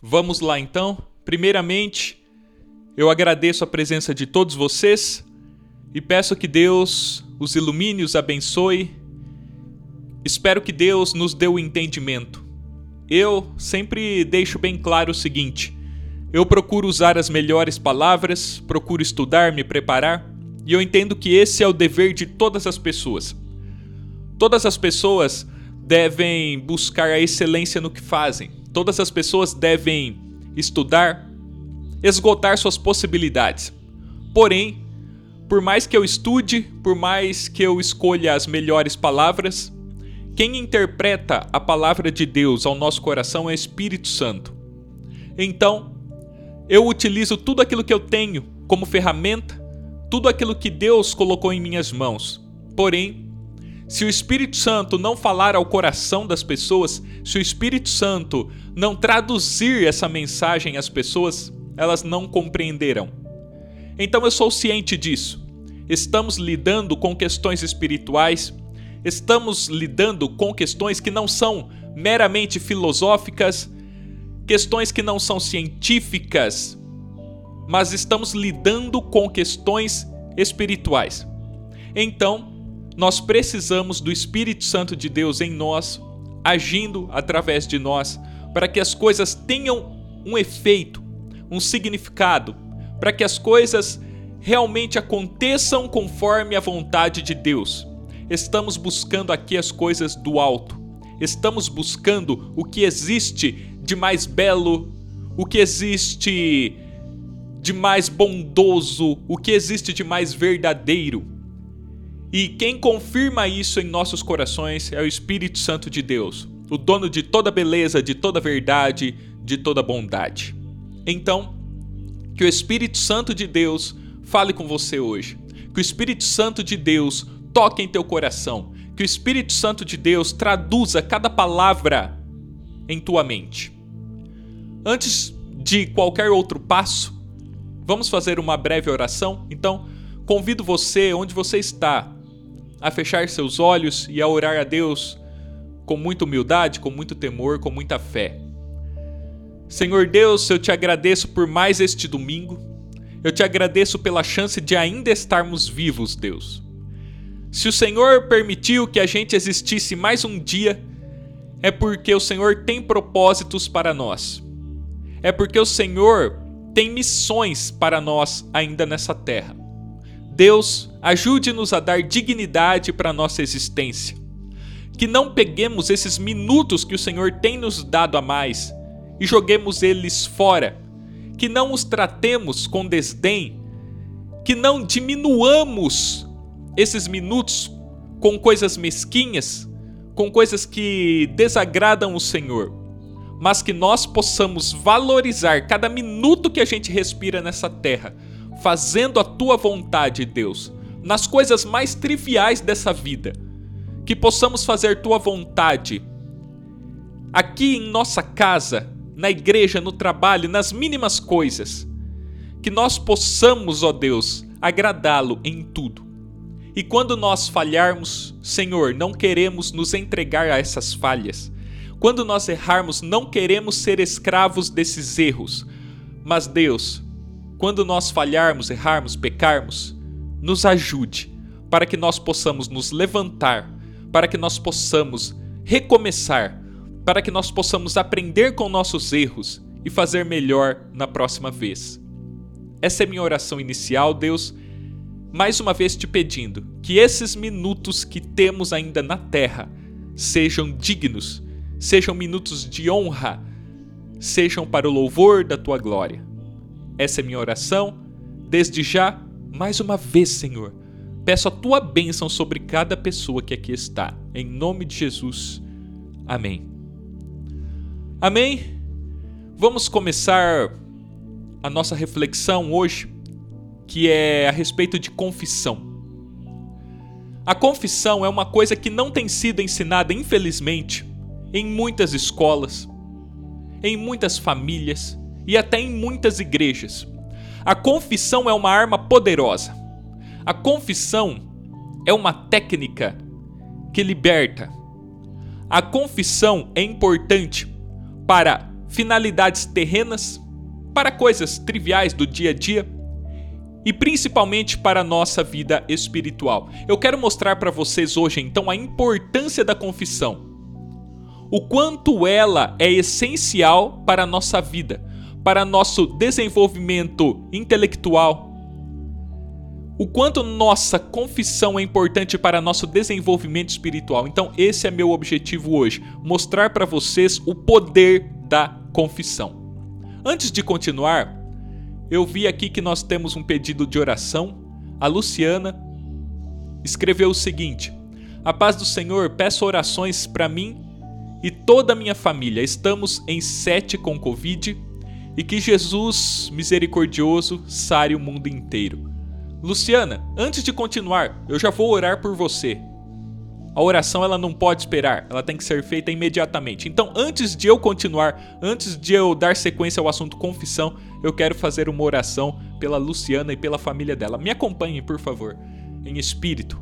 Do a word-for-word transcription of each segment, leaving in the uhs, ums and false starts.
Vamos lá então. Primeiramente, eu agradeço a presença de todos vocês e peço que Deus os ilumine, os abençoe. Espero que Deus nos dê o entendimento. Eu sempre deixo bem claro o seguinte: eu procuro usar as melhores palavras, procuro estudar, me preparar, e eu entendo que esse é o dever de todas as pessoas. Todas as pessoas devem buscar a excelência no que fazem. Todas as pessoas devem estudar, esgotar suas possibilidades. Porém, por mais que eu estude, por mais que eu escolha as melhores palavras, quem interpreta a palavra de Deus ao nosso coração é o Espírito Santo. Então, eu utilizo tudo aquilo que eu tenho como ferramenta, tudo aquilo que Deus colocou em minhas mãos. Porém, se o Espírito Santo não falar ao coração das pessoas, se o Espírito Santo não traduzir essa mensagem às pessoas, elas não compreenderão. Então eu sou ciente disso. Estamos lidando com questões espirituais, estamos lidando com questões que não são meramente filosóficas, questões que não são científicas, mas estamos lidando com questões espirituais. Então, nós precisamos do Espírito Santo de Deus em nós, agindo através de nós, para que as coisas tenham um efeito, um significado, para que as coisas realmente aconteçam conforme a vontade de Deus. Estamos buscando aqui as coisas do alto. Estamos buscando o que existe de mais belo, o que existe de mais bondoso, o que existe de mais verdadeiro. E quem confirma isso em nossos corações é o Espírito Santo de Deus, o dono de toda beleza, de toda verdade, de toda bondade. Então, que o Espírito Santo de Deus fale com você hoje. Que o Espírito Santo de Deus toque em teu coração. Que o Espírito Santo de Deus traduza cada palavra em tua mente. Antes de qualquer outro passo, vamos fazer uma breve oração. Então, convido você, onde você está, a fechar seus olhos e a orar a Deus com muita humildade, com muito temor, com muita fé. Senhor Deus, eu te agradeço por mais este domingo. Eu te agradeço pela chance de ainda estarmos vivos, Deus. Se o Senhor permitiu que a gente existisse mais um dia, é porque o Senhor tem propósitos para nós. É porque o Senhor tem missões para nós ainda nessa terra. Deus, ajude-nos a dar dignidade para a nossa existência. Que não peguemos esses minutos que o Senhor tem nos dado a mais e joguemos eles fora. Que não os tratemos com desdém. Que não diminuamos esses minutos com coisas mesquinhas, com coisas que desagradam o Senhor. Mas que nós possamos valorizar cada minuto que a gente respira nessa terra, fazendo a tua vontade, Deus, nas coisas mais triviais dessa vida. Que possamos fazer tua vontade aqui em nossa casa, na igreja, no trabalho, nas mínimas coisas. Que nós possamos, ó Deus, agradá-lo em tudo. E quando nós falharmos, Senhor, não queremos nos entregar a essas falhas. Quando nós errarmos, não queremos ser escravos desses erros. Mas Deus, quando nós falharmos, errarmos, pecarmos, nos ajude para que nós possamos nos levantar, para que nós possamos recomeçar, para que nós possamos aprender com nossos erros e fazer melhor na próxima vez. Essa é minha oração inicial, Deus, mais uma vez te pedindo que esses minutos que temos ainda na terra sejam dignos, sejam minutos de honra, sejam para o louvor da tua glória. Essa é minha oração. Desde já, mais uma vez, Senhor, peço a tua bênção sobre cada pessoa que aqui está. Em nome de Jesus. Amém. Amém? Vamos começar a nossa reflexão hoje, que é a respeito de confissão. A confissão é uma coisa que não tem sido ensinada, infelizmente, em muitas escolas, em muitas famílias e até em muitas igrejas. A confissão é uma arma poderosa. A confissão é uma técnica que liberta. A confissão é importante para finalidades terrenas, para coisas triviais do dia a dia e principalmente para a nossa vida espiritual. Eu quero mostrar para vocês hoje então a importância da confissão, o quanto ela é essencial para a nossa vida, para nosso desenvolvimento intelectual, o quanto nossa confissão é importante para nosso desenvolvimento espiritual. Então esse é meu objetivo hoje, mostrar para vocês o poder da confissão. Antes de continuar, eu vi aqui que nós temos um pedido de oração. A Luciana escreveu o seguinte: a paz do Senhor, peço orações para mim e toda a minha família. Estamos em sete com Covid e que Jesus misericordioso sare o mundo inteiro. Luciana, antes de continuar, eu já vou orar por você. A oração ela não pode esperar, ela tem que ser feita imediatamente. Então, antes de eu continuar, antes de eu dar sequência ao assunto confissão, eu quero fazer uma oração pela Luciana e pela família dela. Me acompanhe, por favor, em espírito.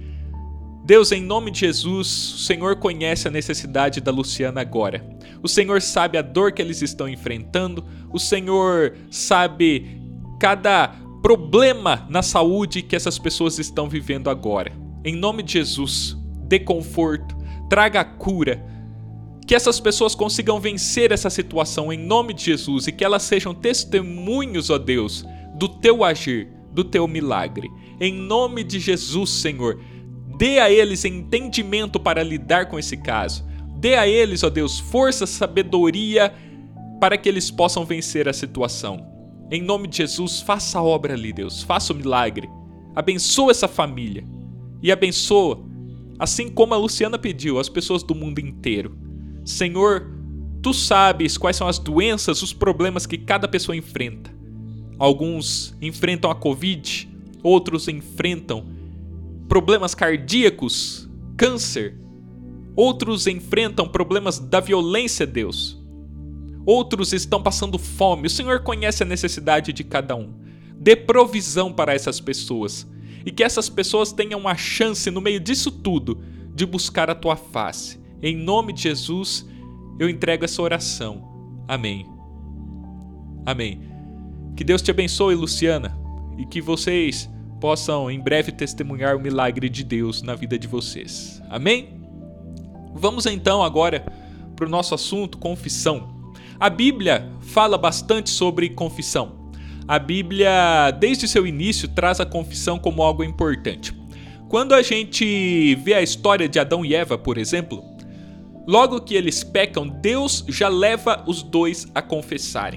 Deus, em nome de Jesus, o Senhor conhece a necessidade da Luciana agora. O Senhor sabe a dor que eles estão enfrentando. O Senhor sabe cada problema na saúde que essas pessoas estão vivendo agora. Em nome de Jesus, dê conforto, traga cura, que essas pessoas consigam vencer essa situação em nome de Jesus e que elas sejam testemunhos, ó Deus, do teu agir, do teu milagre. Em nome de Jesus, Senhor, dê a eles entendimento para lidar com esse caso. Dê a eles, ó Deus, força, sabedoria para que eles possam vencer a situação. Em nome de Jesus, faça a obra ali, Deus, faça o milagre. Abençoa essa família e abençoa, assim como a Luciana pediu, as pessoas do mundo inteiro. Senhor, tu sabes quais são as doenças, os problemas que cada pessoa enfrenta. Alguns enfrentam a Covid, outros enfrentam problemas cardíacos, câncer. Outros enfrentam problemas da violência, Deus. Outros estão passando fome. O Senhor conhece a necessidade de cada um. Dê provisão para essas pessoas. E que essas pessoas tenham a chance, no meio disso tudo, de buscar a tua face. Em nome de Jesus, eu entrego essa oração. Amém. Amém. Que Deus te abençoe, Luciana, e que vocês possam em breve testemunhar o milagre de Deus na vida de vocês. Amém? Vamos então agora para o nosso assunto, confissão. A Bíblia fala bastante sobre confissão. A Bíblia, desde seu início, traz a confissão como algo importante. Quando a gente vê a história de Adão e Eva, por exemplo, logo que eles pecam, Deus já leva os dois a confessarem.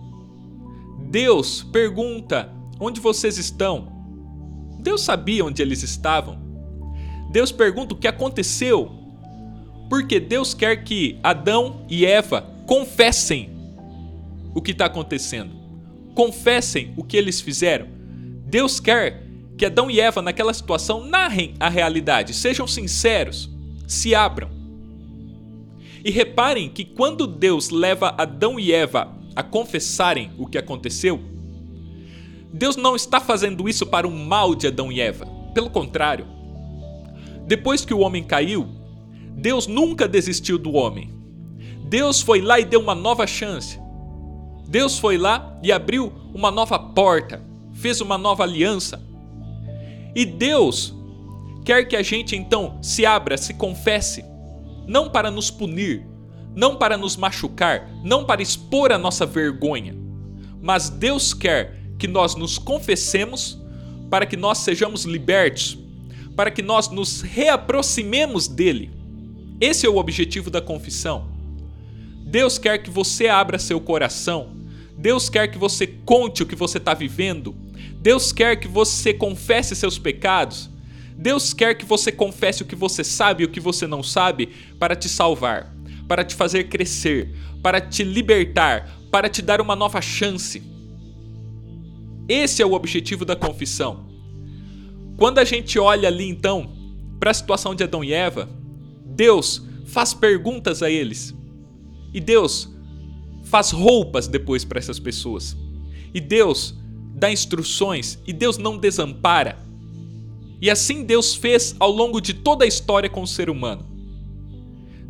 Deus pergunta: onde vocês estão? Deus sabia onde eles estavam. Deus pergunta o que aconteceu, porque Deus quer que Adão e Eva confessem o que está acontecendo. Confessem o que eles fizeram. Deus quer que Adão e Eva, naquela situação, narrem a realidade, sejam sinceros, se abram. E reparem que quando Deus leva Adão e Eva a confessarem o que aconteceu, Deus não está fazendo isso para o mal de Adão e Eva. Pelo contrário, depois que o homem caiu, Deus nunca desistiu do homem. Deus foi lá e deu uma nova chance. Deus foi lá e abriu uma nova porta, fez uma nova aliança. E Deus quer que a gente então se abra, se confesse, não para nos punir, não para nos machucar, não para expor a nossa vergonha, mas Deus quer que nós nos confessemos para que nós sejamos libertos, para que nós nos reaproximemos dele. Esse é o objetivo da confissão. Deus quer que você abra seu coração. Deus quer que você conte o que você está vivendo. Deus quer que você confesse seus pecados. Deus quer que você confesse o que você sabe e o que você não sabe para te salvar, para te fazer crescer, para te libertar, para te dar uma nova chance. Esse é o objetivo da confissão. Quando a gente olha ali então para a situação de Adão e Eva, Deus faz perguntas a eles. E Deus faz roupas depois para essas pessoas. E Deus dá instruções. E Deus não desampara. E assim Deus fez ao longo de toda a história com o ser humano.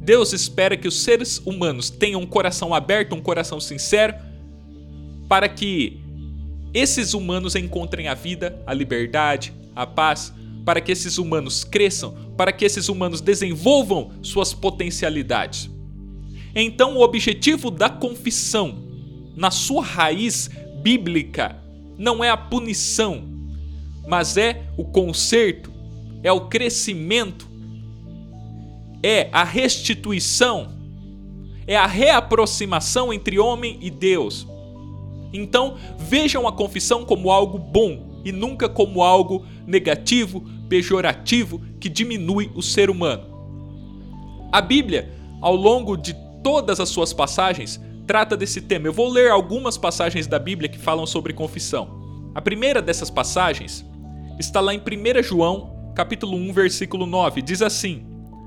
Deus espera que os seres humanos tenham um coração aberto, um coração sincero, para que esses humanos encontrem a vida, a liberdade, a paz, para que esses humanos cresçam, para que esses humanos desenvolvam suas potencialidades. Então, o objetivo da confissão, na sua raiz bíblica, não é a punição, mas é o conserto, é o crescimento, é a restituição, é a reaproximação entre homem e Deus. Então, vejam a confissão como algo bom e nunca como algo negativo, pejorativo, que diminui o ser humano. A Bíblia, ao longo de todas as suas passagens, trata desse tema. Eu vou ler algumas passagens da Bíblia que falam sobre confissão. A primeira dessas passagens está lá em primeiro João, capítulo um, versículo nove. Diz assim: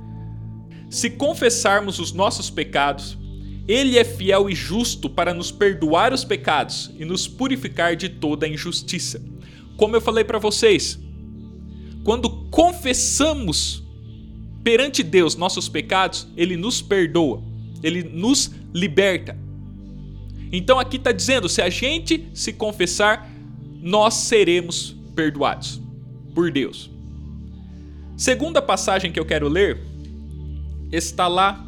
se confessarmos os nossos pecados, Ele é fiel e justo para nos perdoar os pecados e nos purificar de toda a injustiça. Como eu falei para vocês, quando confessamos perante Deus nossos pecados, Ele nos perdoa, Ele nos liberta. Então aqui está dizendo, se a gente se confessar, nós seremos perdoados por Deus. Segunda passagem que eu quero ler está lá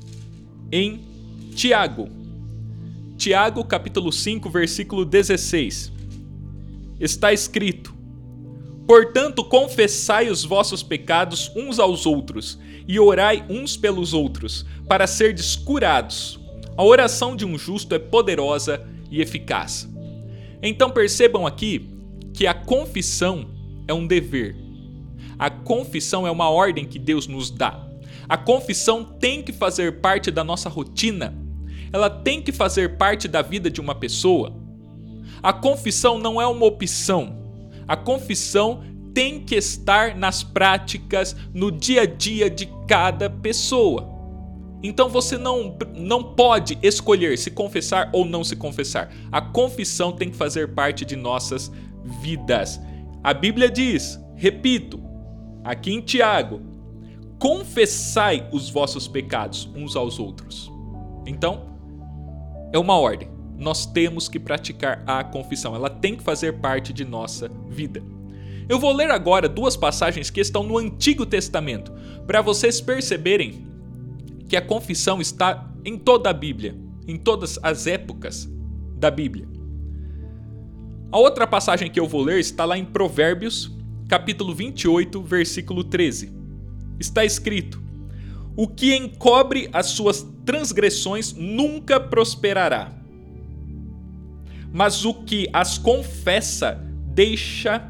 em Tiago. Tiago, capítulo cinco, versículo dezesseis. Está escrito: portanto, confessai os vossos pecados uns aos outros e orai uns pelos outros, para serdes curados. A oração de um justo é poderosa e eficaz. Então percebam aqui que a confissão é um dever. A confissão é uma ordem que Deus nos dá. A confissão tem que fazer parte da nossa rotina. Ela tem que fazer parte da vida de uma pessoa. A confissão não é uma opção. A confissão tem que estar nas práticas, no dia a dia de cada pessoa. Então você não, não pode escolher se confessar ou não se confessar. A confissão tem que fazer parte de nossas vidas. A Bíblia diz, repito, aqui em Tiago: confessai os vossos pecados uns aos outros. Então, é uma ordem. Nós temos que praticar a confissão. Ela tem que fazer parte de nossa vida. Eu vou ler agora duas passagens que estão no Antigo Testamento, para vocês perceberem que a confissão está em toda a Bíblia, em todas as épocas da Bíblia. A outra passagem que eu vou ler está lá em Provérbios, capítulo vinte e oito, versículo treze. Está escrito: o que encobre as suas transgressões nunca prosperará, mas o que as confessa deixa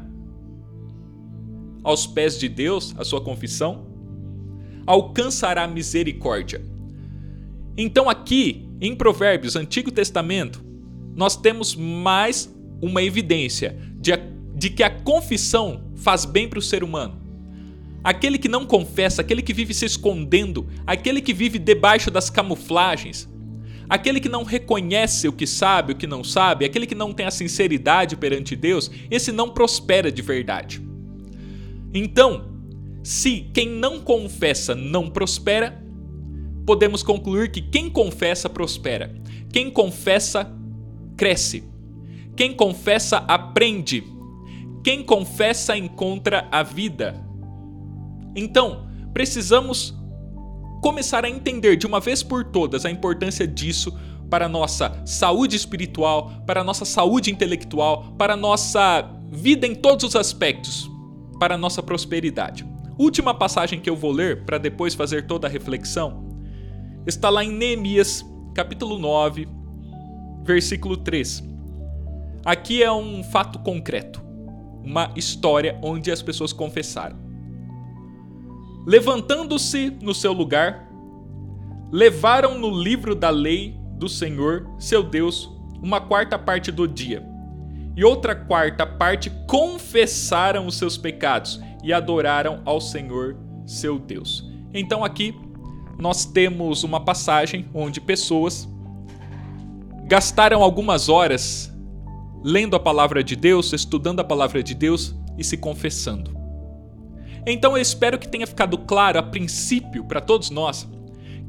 aos pés de Deus, a sua confissão, alcançará misericórdia. Então aqui, em Provérbios, Antigo Testamento, nós temos mais uma evidência de, a, de que a confissão faz bem para o ser humano. Aquele que não confessa, aquele que vive se escondendo, aquele que vive debaixo das camuflagens, aquele que não reconhece o que sabe, o que não sabe, aquele que não tem a sinceridade perante Deus, esse não prospera de verdade. Então, se quem não confessa não prospera, podemos concluir que quem confessa prospera. Quem confessa cresce. Quem confessa aprende. Quem confessa encontra a vida. Então, precisamos começar a entender de uma vez por todas a importância disso para a nossa saúde espiritual, para a nossa saúde intelectual, para a nossa vida em todos os aspectos, para a nossa prosperidade. Última passagem que eu vou ler para depois fazer toda a reflexão está lá em Neemias, capítulo nove, versículo três. Aqui é um fato concreto, uma história onde as pessoas confessaram. Levantando-se no seu lugar, levaram no livro da lei do Senhor, seu Deus, uma quarta parte do dia, e outra quarta parte confessaram os seus pecados e adoraram ao Senhor, seu Deus. Então aqui nós temos uma passagem onde pessoas gastaram algumas horas lendo a palavra de Deus, estudando a palavra de Deus e se confessando. Então eu espero que tenha ficado claro a princípio para todos nós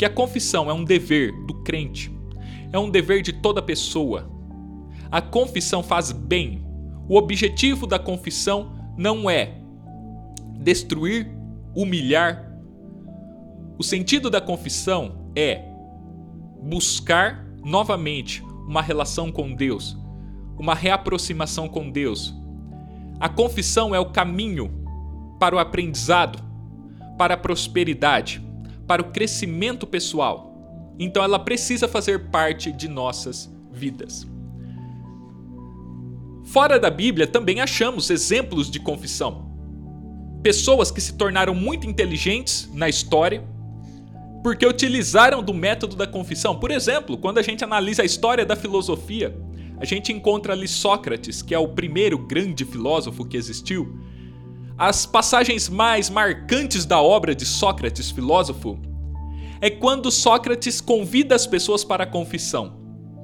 que a confissão é um dever do crente, é um dever de toda pessoa. A confissão faz bem. O objetivo da confissão não é destruir, humilhar. O sentido da confissão é buscar novamente uma relação com Deus, uma reaproximação com Deus. A confissão é o caminho para o aprendizado, para a prosperidade, para o crescimento pessoal. Então ela precisa fazer parte de nossas vidas. Fora da Bíblia também achamos exemplos de confissão. Pessoas que se tornaram muito inteligentes na história porque utilizaram do método da confissão. Por exemplo, quando a gente analisa a história da filosofia, a gente encontra ali Sócrates, que é o primeiro grande filósofo que existiu. As passagens mais marcantes da obra de Sócrates, filósofo, é quando Sócrates convida as pessoas para a confissão.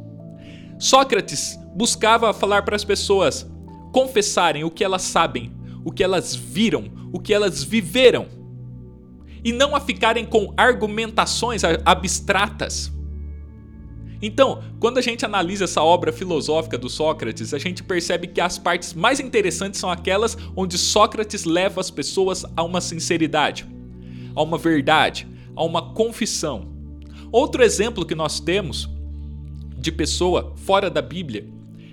Sócrates buscava falar para as pessoas confessarem o que elas sabem, o que elas viram, o que elas viveram, e não a ficarem com argumentações abstratas. Então, quando a gente analisa essa obra filosófica do Sócrates, a gente percebe que as partes mais interessantes são aquelas onde Sócrates leva as pessoas a uma sinceridade, a uma verdade, a uma confissão. Outro exemplo que nós temos de pessoa fora da Bíblia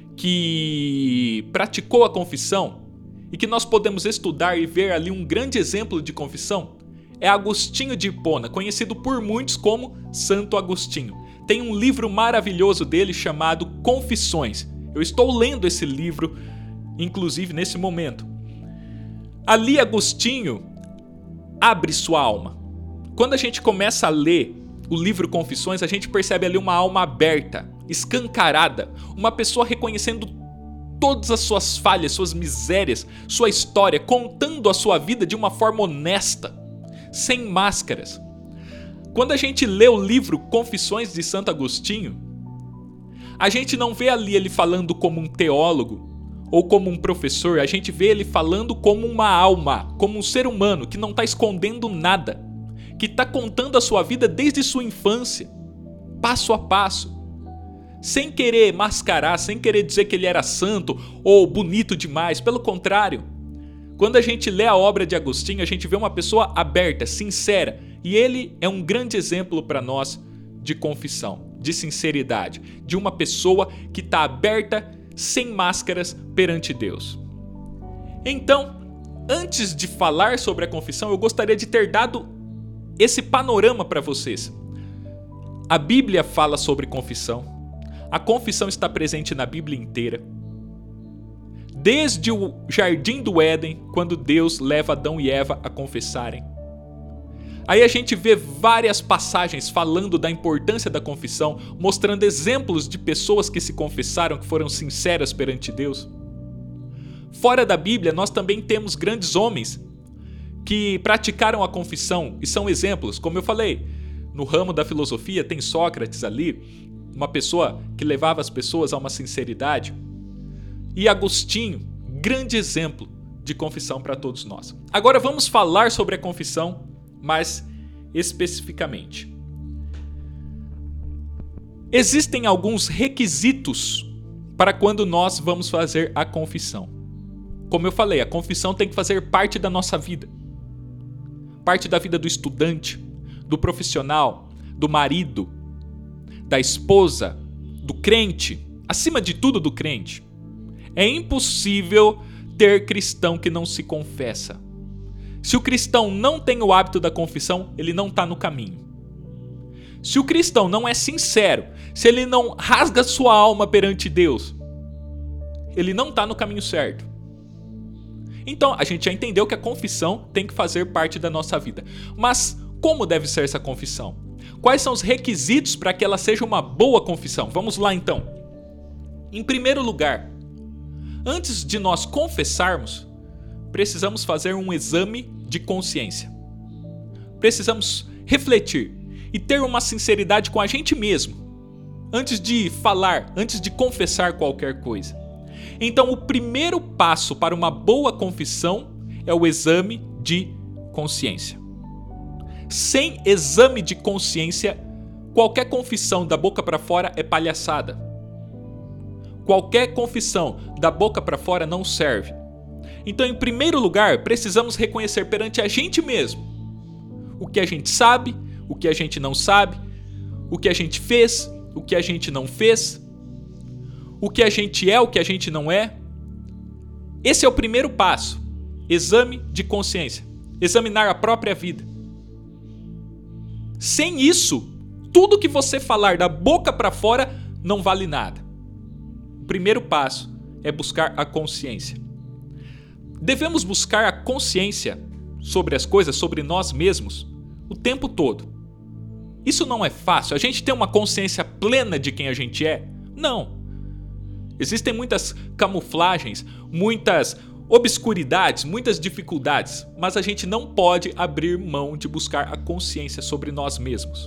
que praticou a confissão e que nós podemos estudar e ver ali um grande exemplo de confissão é Agostinho de Hipona, conhecido por muitos como Santo Agostinho. Tem um livro maravilhoso dele chamado Confissões. Eu estou lendo esse livro, inclusive nesse momento. Ali Agostinho abre sua alma. Quando a gente começa a ler o livro Confissões, a gente percebe ali uma alma aberta, escancarada, uma pessoa reconhecendo todas as suas falhas, suas misérias, sua história, contando a sua vida de uma forma honesta, sem máscaras. Quando a gente lê o livro Confissões de Santo Agostinho, a gente não vê ali ele falando como um teólogo ou como um professor, a gente vê ele falando como uma alma, como um ser humano que não está escondendo nada, que está contando a sua vida desde sua infância, passo a passo, sem querer mascarar, sem querer dizer que ele era santo ou bonito demais. Pelo contrário, quando a gente lê a obra de Agostinho, a gente vê uma pessoa aberta, sincera, e ele é um grande exemplo para nós de confissão, de sinceridade, de uma pessoa que está aberta, sem máscaras perante Deus. Então, antes de falar sobre a confissão, eu gostaria de ter dado esse panorama para vocês. A Bíblia fala sobre confissão. A confissão está presente na Bíblia inteira. Desde o Jardim do Éden, quando Deus leva Adão e Eva a confessarem. Aí a gente vê várias passagens falando da importância da confissão, mostrando exemplos de pessoas que se confessaram, que foram sinceras perante Deus. Fora da Bíblia, nós também temos grandes homens que praticaram a confissão e são exemplos. Como eu falei, no ramo da filosofia tem Sócrates ali, uma pessoa que levava as pessoas a uma sinceridade. E Agostinho, grande exemplo de confissão para todos nós. Agora vamos falar sobre a confissão mais especificamente. Existem alguns requisitos para quando nós vamos fazer a confissão. Como eu falei, a confissão tem que fazer parte da nossa vida. Parte da vida do estudante, do profissional, do marido, da esposa, do crente, acima de tudo do crente. É impossível ter cristão que não se confessa. Se o cristão não tem o hábito da confissão, ele não está no caminho. Se o cristão não é sincero, se ele não rasga sua alma perante Deus, ele não está no caminho certo. Então, a gente já entendeu que a confissão tem que fazer parte da nossa vida. Mas como deve ser essa confissão? Quais são os requisitos para que ela seja uma boa confissão? Vamos lá então. Em primeiro lugar, antes de nós confessarmos, precisamos fazer um exame de consciência. Precisamos refletir e ter uma sinceridade com a gente mesmo, antes de falar, antes de confessar qualquer coisa. Então, o primeiro passo para uma boa confissão é o exame de consciência. Sem exame de consciência, qualquer confissão da boca para fora é palhaçada. Qualquer confissão da boca para fora não serve. Então, em primeiro lugar, precisamos reconhecer perante a gente mesmo o que a gente sabe, o que a gente não sabe, o que a gente fez, o que a gente não fez, o que a gente é, o que a gente não é. Esse é o primeiro passo. Exame de consciência. Examinar a própria vida. Sem isso, tudo que você falar da boca para fora não vale nada. O primeiro passo é buscar a consciência. Devemos buscar a consciência sobre as coisas, sobre nós mesmos, o tempo todo. Isso não é fácil. A gente tem uma consciência plena de quem a gente é? Não. Existem muitas camuflagens, muitas obscuridades, muitas dificuldades, mas a gente não pode abrir mão de buscar a consciência sobre nós mesmos.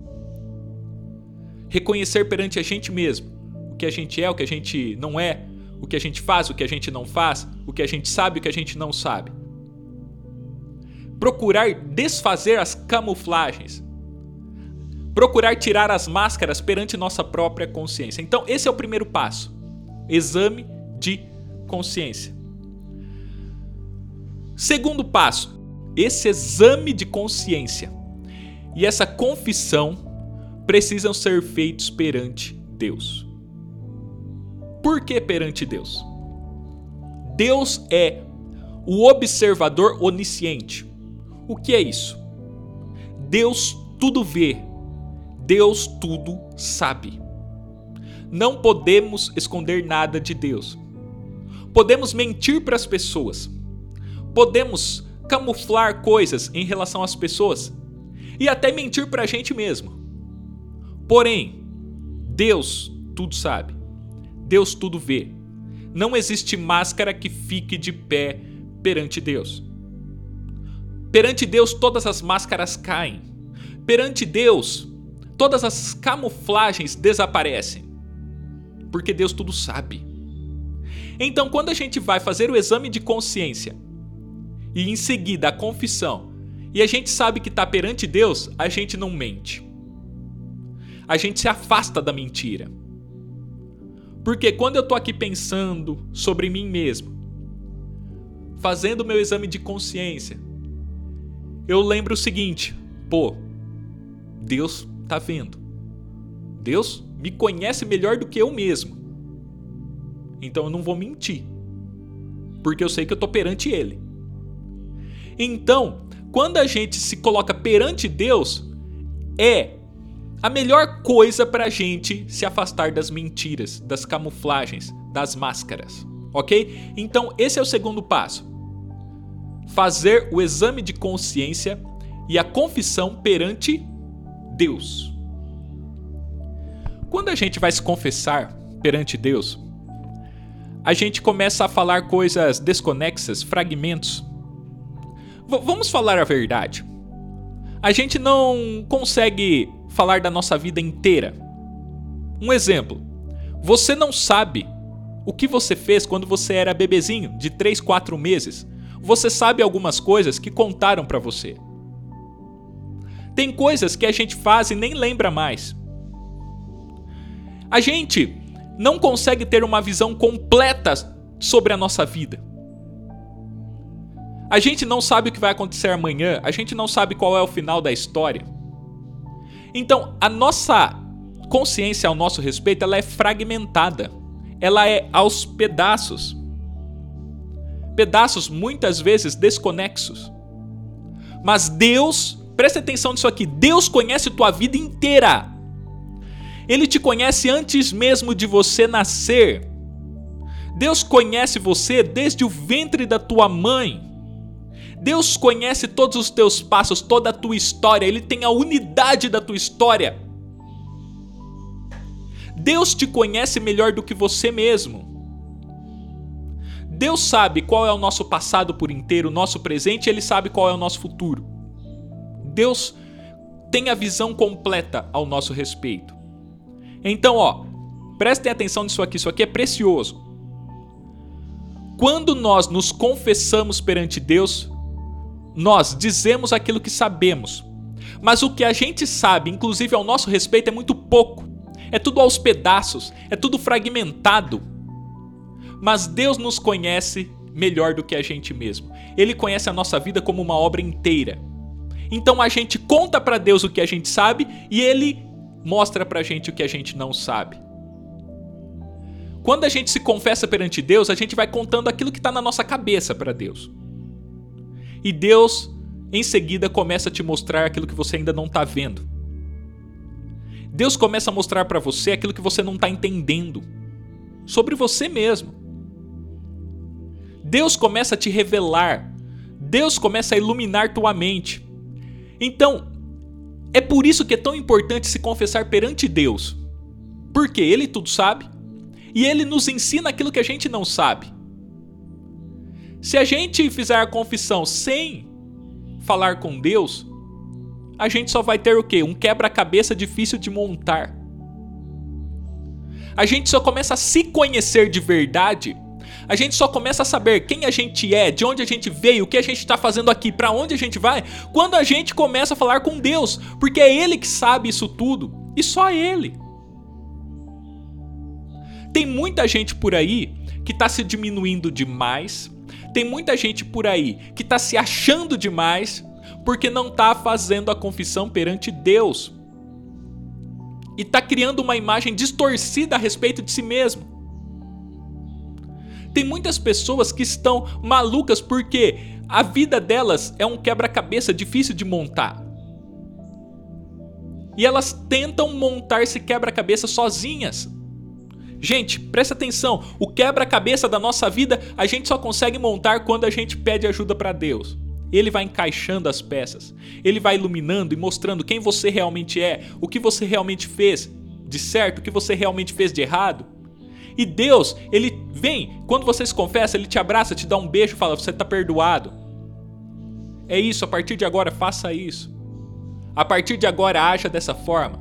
Reconhecer perante a gente mesmo o que a gente é, o que a gente não é, o que a gente faz, o que a gente não faz, o que a gente sabe, o que a gente não sabe. Procurar desfazer as camuflagens. Procurar tirar as máscaras perante nossa própria consciência. Então, esse é o primeiro passo. Exame de consciência. Segundo passo, esse exame de consciência e essa confissão precisam ser feitos perante Deus. Por que perante Deus? Deus é o observador onisciente. O que é isso? Deus tudo vê. Deus tudo sabe. Não podemos esconder nada de Deus. Podemos mentir para as pessoas. Podemos camuflar coisas em relação às pessoas e até mentir para a gente mesmo. Porém, Deus tudo sabe. Deus tudo vê. Não existe máscara que fique de pé perante Deus. Perante Deus, todas as máscaras caem. Perante Deus, todas as camuflagens desaparecem. Porque Deus tudo sabe. Então, quando a gente vai fazer o exame de consciência e em seguida a confissão, e a gente sabe que está perante Deus, a gente não mente. A gente se afasta da mentira. Porque quando eu estou aqui pensando sobre mim mesmo, fazendo o meu exame de consciência, eu lembro o seguinte: pô, Deus está vendo. Deus me conhece melhor do que eu mesmo. Então eu não vou mentir, porque eu sei que eu estou perante Ele. Então, quando a gente se coloca perante Deus, é a melhor coisa para a gente se afastar das mentiras, das camuflagens, das máscaras, ok? Então esse é o segundo passo. Fazer o exame de consciência e a confissão perante Deus. Quando a gente vai se confessar perante Deus, a gente começa a falar coisas desconexas, fragmentos. V- vamos falar a verdade. A gente não consegue falar da nossa vida inteira. Um exemplo. Você não sabe o que você fez quando você era bebezinho, de três, quatro meses. Você sabe algumas coisas que contaram pra você. Tem coisas que a gente faz e nem lembra mais. A gente não consegue ter uma visão completa sobre a nossa vida. A gente não sabe o que vai acontecer amanhã, a gente não sabe qual é o final da história. Então, a nossa consciência ao nosso respeito, ela é fragmentada. Ela é aos pedaços. Pedaços muitas vezes desconexos. Mas Deus, presta atenção nisso aqui, Deus conhece tua vida inteira. Ele te conhece antes mesmo de você nascer. Deus conhece você desde o ventre da tua mãe. Deus conhece todos os teus passos, toda a tua história. Ele tem a unidade da tua história. Deus te conhece melhor do que você mesmo. Deus sabe qual é o nosso passado por inteiro, o nosso presente, e Ele sabe qual é o nosso futuro. Deus tem a visão completa ao nosso respeito. Então, ó, prestem atenção nisso aqui, isso aqui é precioso. Quando nós nos confessamos perante Deus, nós dizemos aquilo que sabemos. Mas o que a gente sabe, inclusive ao nosso respeito, é muito pouco. É tudo aos pedaços, é tudo fragmentado. Mas Deus nos conhece melhor do que a gente mesmo. Ele conhece a nossa vida como uma obra inteira. Então a gente conta para Deus o que a gente sabe e Ele mostra pra gente o que a gente não sabe. Quando a gente se confessa perante Deus, a gente vai contando aquilo que está na nossa cabeça para Deus. E Deus, em seguida, começa a te mostrar aquilo que você ainda não está vendo. Deus começa a mostrar para você aquilo que você não está entendendo sobre você mesmo. Deus começa a te revelar. Deus começa a iluminar tua mente. Então, é por isso que é tão importante se confessar perante Deus. Porque Ele tudo sabe e Ele nos ensina aquilo que a gente não sabe. Se a gente fizer a confissão sem falar com Deus, a gente só vai ter o quê? Um quebra-cabeça difícil de montar. A gente só começa a se conhecer de verdade. A gente só começa a saber quem a gente é, de onde a gente veio, o que a gente está fazendo aqui, para onde a gente vai, quando a gente começa a falar com Deus, porque é Ele que sabe isso tudo, e só Ele. Tem muita gente por aí que está se diminuindo demais, tem muita gente por aí que está se achando demais, porque não está fazendo a confissão perante Deus. E está criando uma imagem distorcida a respeito de si mesmo. Tem muitas pessoas que estão malucas porque a vida delas é um quebra-cabeça difícil de montar. E elas tentam montar esse quebra-cabeça sozinhas. Gente, presta atenção, o quebra-cabeça da nossa vida a gente só consegue montar quando a gente pede ajuda para Deus. Ele vai encaixando as peças, Ele vai iluminando e mostrando quem você realmente é, o que você realmente fez de certo, o que você realmente fez de errado. E Deus, Ele vem, quando você se confessa, Ele te abraça, te dá um beijo e fala, você está perdoado. É isso, a partir de agora faça isso. A partir de agora haja dessa forma.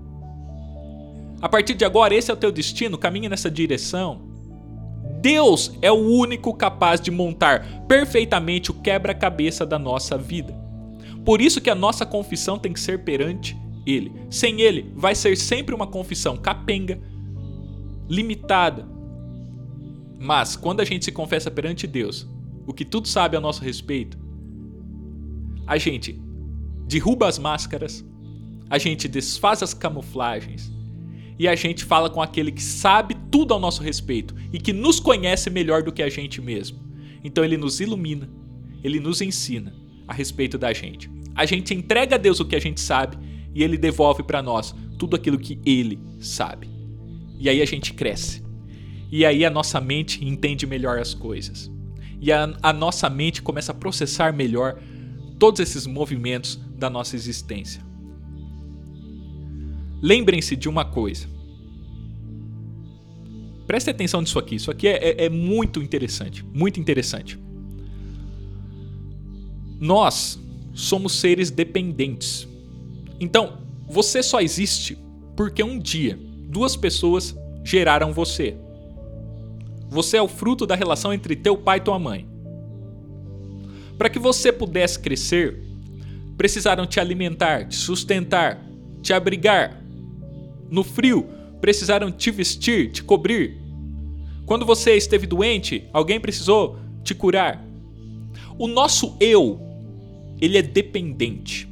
A partir de agora esse é o teu destino, caminhe nessa direção. Deus é o único capaz de montar perfeitamente o quebra-cabeça da nossa vida. Por isso que a nossa confissão tem que ser perante Ele. Sem Ele, vai ser sempre uma confissão capenga, limitada. Mas quando a gente se confessa perante Deus, o que tudo sabe a nosso respeito, a gente derruba as máscaras, a gente desfaz as camuflagens e a gente fala com aquele que sabe tudo ao nosso respeito e que nos conhece melhor do que a gente mesmo. Então Ele nos ilumina, Ele nos ensina a respeito da gente. A gente entrega a Deus o que a gente sabe e Ele devolve para nós tudo aquilo que Ele sabe. E aí a gente cresce. E aí a nossa mente entende melhor as coisas. E a, a nossa mente começa a processar melhor todos esses movimentos da nossa existência. Lembrem-se de uma coisa. Preste atenção nisso aqui. Isso aqui é, é, é muito interessante. Muito interessante. Nós somos seres dependentes. Então, você só existe porque um dia duas pessoas geraram você. Você é o fruto da relação entre teu pai e tua mãe. Para que você pudesse crescer, precisaram te alimentar, te sustentar, te abrigar. No frio, precisaram te vestir, te cobrir. Quando você esteve doente, alguém precisou te curar. O nosso eu, ele é dependente.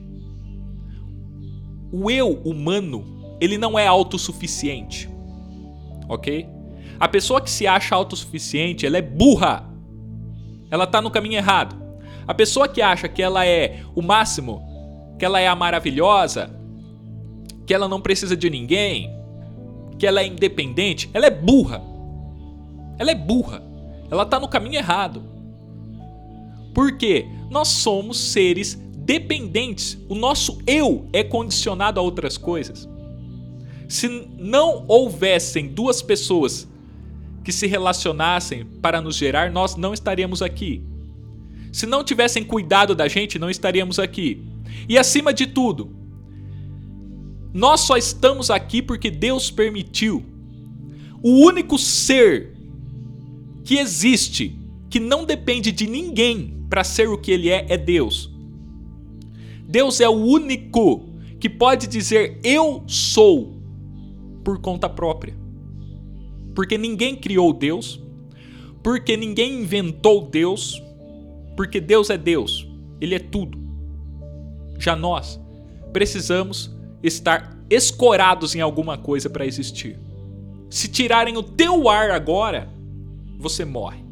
O eu humano, ele não é autossuficiente, ok? A pessoa que se acha autossuficiente, ela é burra. Ela está no caminho errado. A pessoa que acha que ela é o máximo, que ela é a maravilhosa, que ela não precisa de ninguém, que ela é independente, ela é burra. Ela é burra. Ela está no caminho errado. Por quê? Nós somos seres dependentes. O nosso eu é condicionado a outras coisas. Se não houvessem duas pessoas que se relacionassem para nos gerar, nós não estaríamos aqui. Se não tivessem cuidado da gente, não estaríamos aqui. E acima de tudo, nós só estamos aqui porque Deus permitiu. O único ser que existe, que não depende de ninguém para ser o que ele é, é Deus. Deus é o único que pode dizer eu sou por conta própria. Porque ninguém criou Deus, porque ninguém inventou Deus, porque Deus é Deus, Ele é tudo. Já nós precisamos estar escorados em alguma coisa para existir. Se tirarem o teu ar agora, você morre.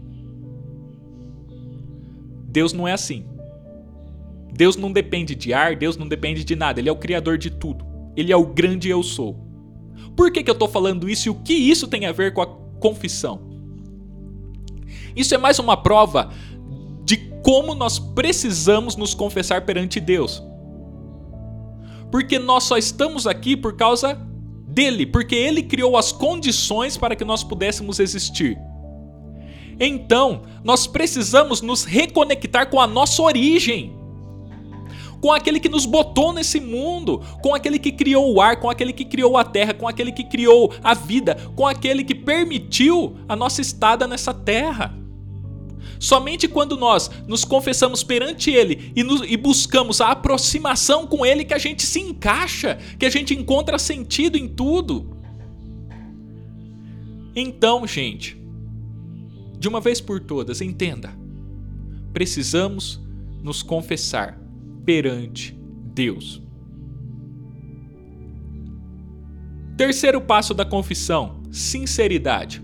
Deus não é assim. Deus não depende de ar, Deus não depende de nada. Ele é o criador de tudo. Ele é o grande eu sou. Por que que eu estou falando isso e o que isso tem a ver com a confissão? Isso é mais uma prova de como nós precisamos nos confessar perante Deus. Porque nós só estamos aqui por causa dele, porque ele criou as condições para que nós pudéssemos existir. Então, nós precisamos nos reconectar com a nossa origem, com aquele que nos botou nesse mundo, com aquele que criou o ar, com aquele que criou a terra, com aquele que criou a vida, com aquele que permitiu a nossa estada nessa terra. Somente quando nós nos confessamos perante Ele e, nos, e buscamos a aproximação com Ele que a gente se encaixa, que a gente encontra sentido em tudo. Então, gente, de uma vez por todas, entenda, precisamos nos confessar perante Deus. Terceiro passo da confissão, sinceridade.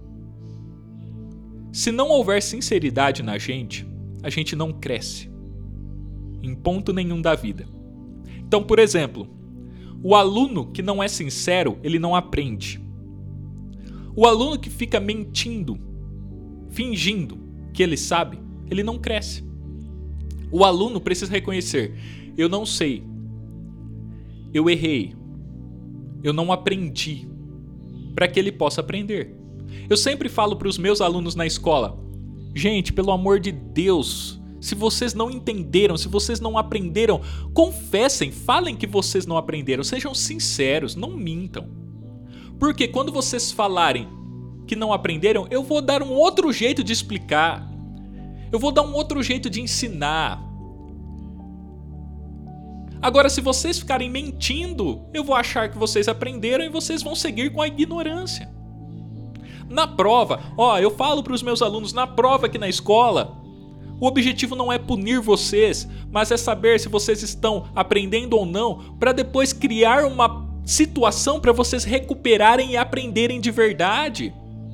Se não houver sinceridade na gente, a gente não cresce em ponto nenhum da vida. Então, por exemplo, o aluno que não é sincero, ele não aprende. O aluno que fica mentindo, fingindo que ele sabe, ele não cresce. O aluno precisa reconhecer: eu não sei, eu errei, eu não aprendi, para que ele possa aprender. Eu sempre falo para os meus alunos na escola: gente, pelo amor de Deus, se vocês não entenderam, se vocês não aprenderam, confessem, falem que vocês não aprenderam, sejam sinceros, não mintam. Porque quando vocês falarem que não aprenderam, eu vou dar um outro jeito de explicar, eu vou dar um outro jeito de ensinar. Agora, se vocês ficarem mentindo, eu vou achar que vocês aprenderam e vocês vão seguir com a ignorância. Na prova, ó, eu falo para os meus alunos, na prova aqui na escola, o objetivo não é punir vocês, mas é saber se vocês estão aprendendo ou não, para depois criar uma situação para vocês recuperarem e aprenderem de verdade.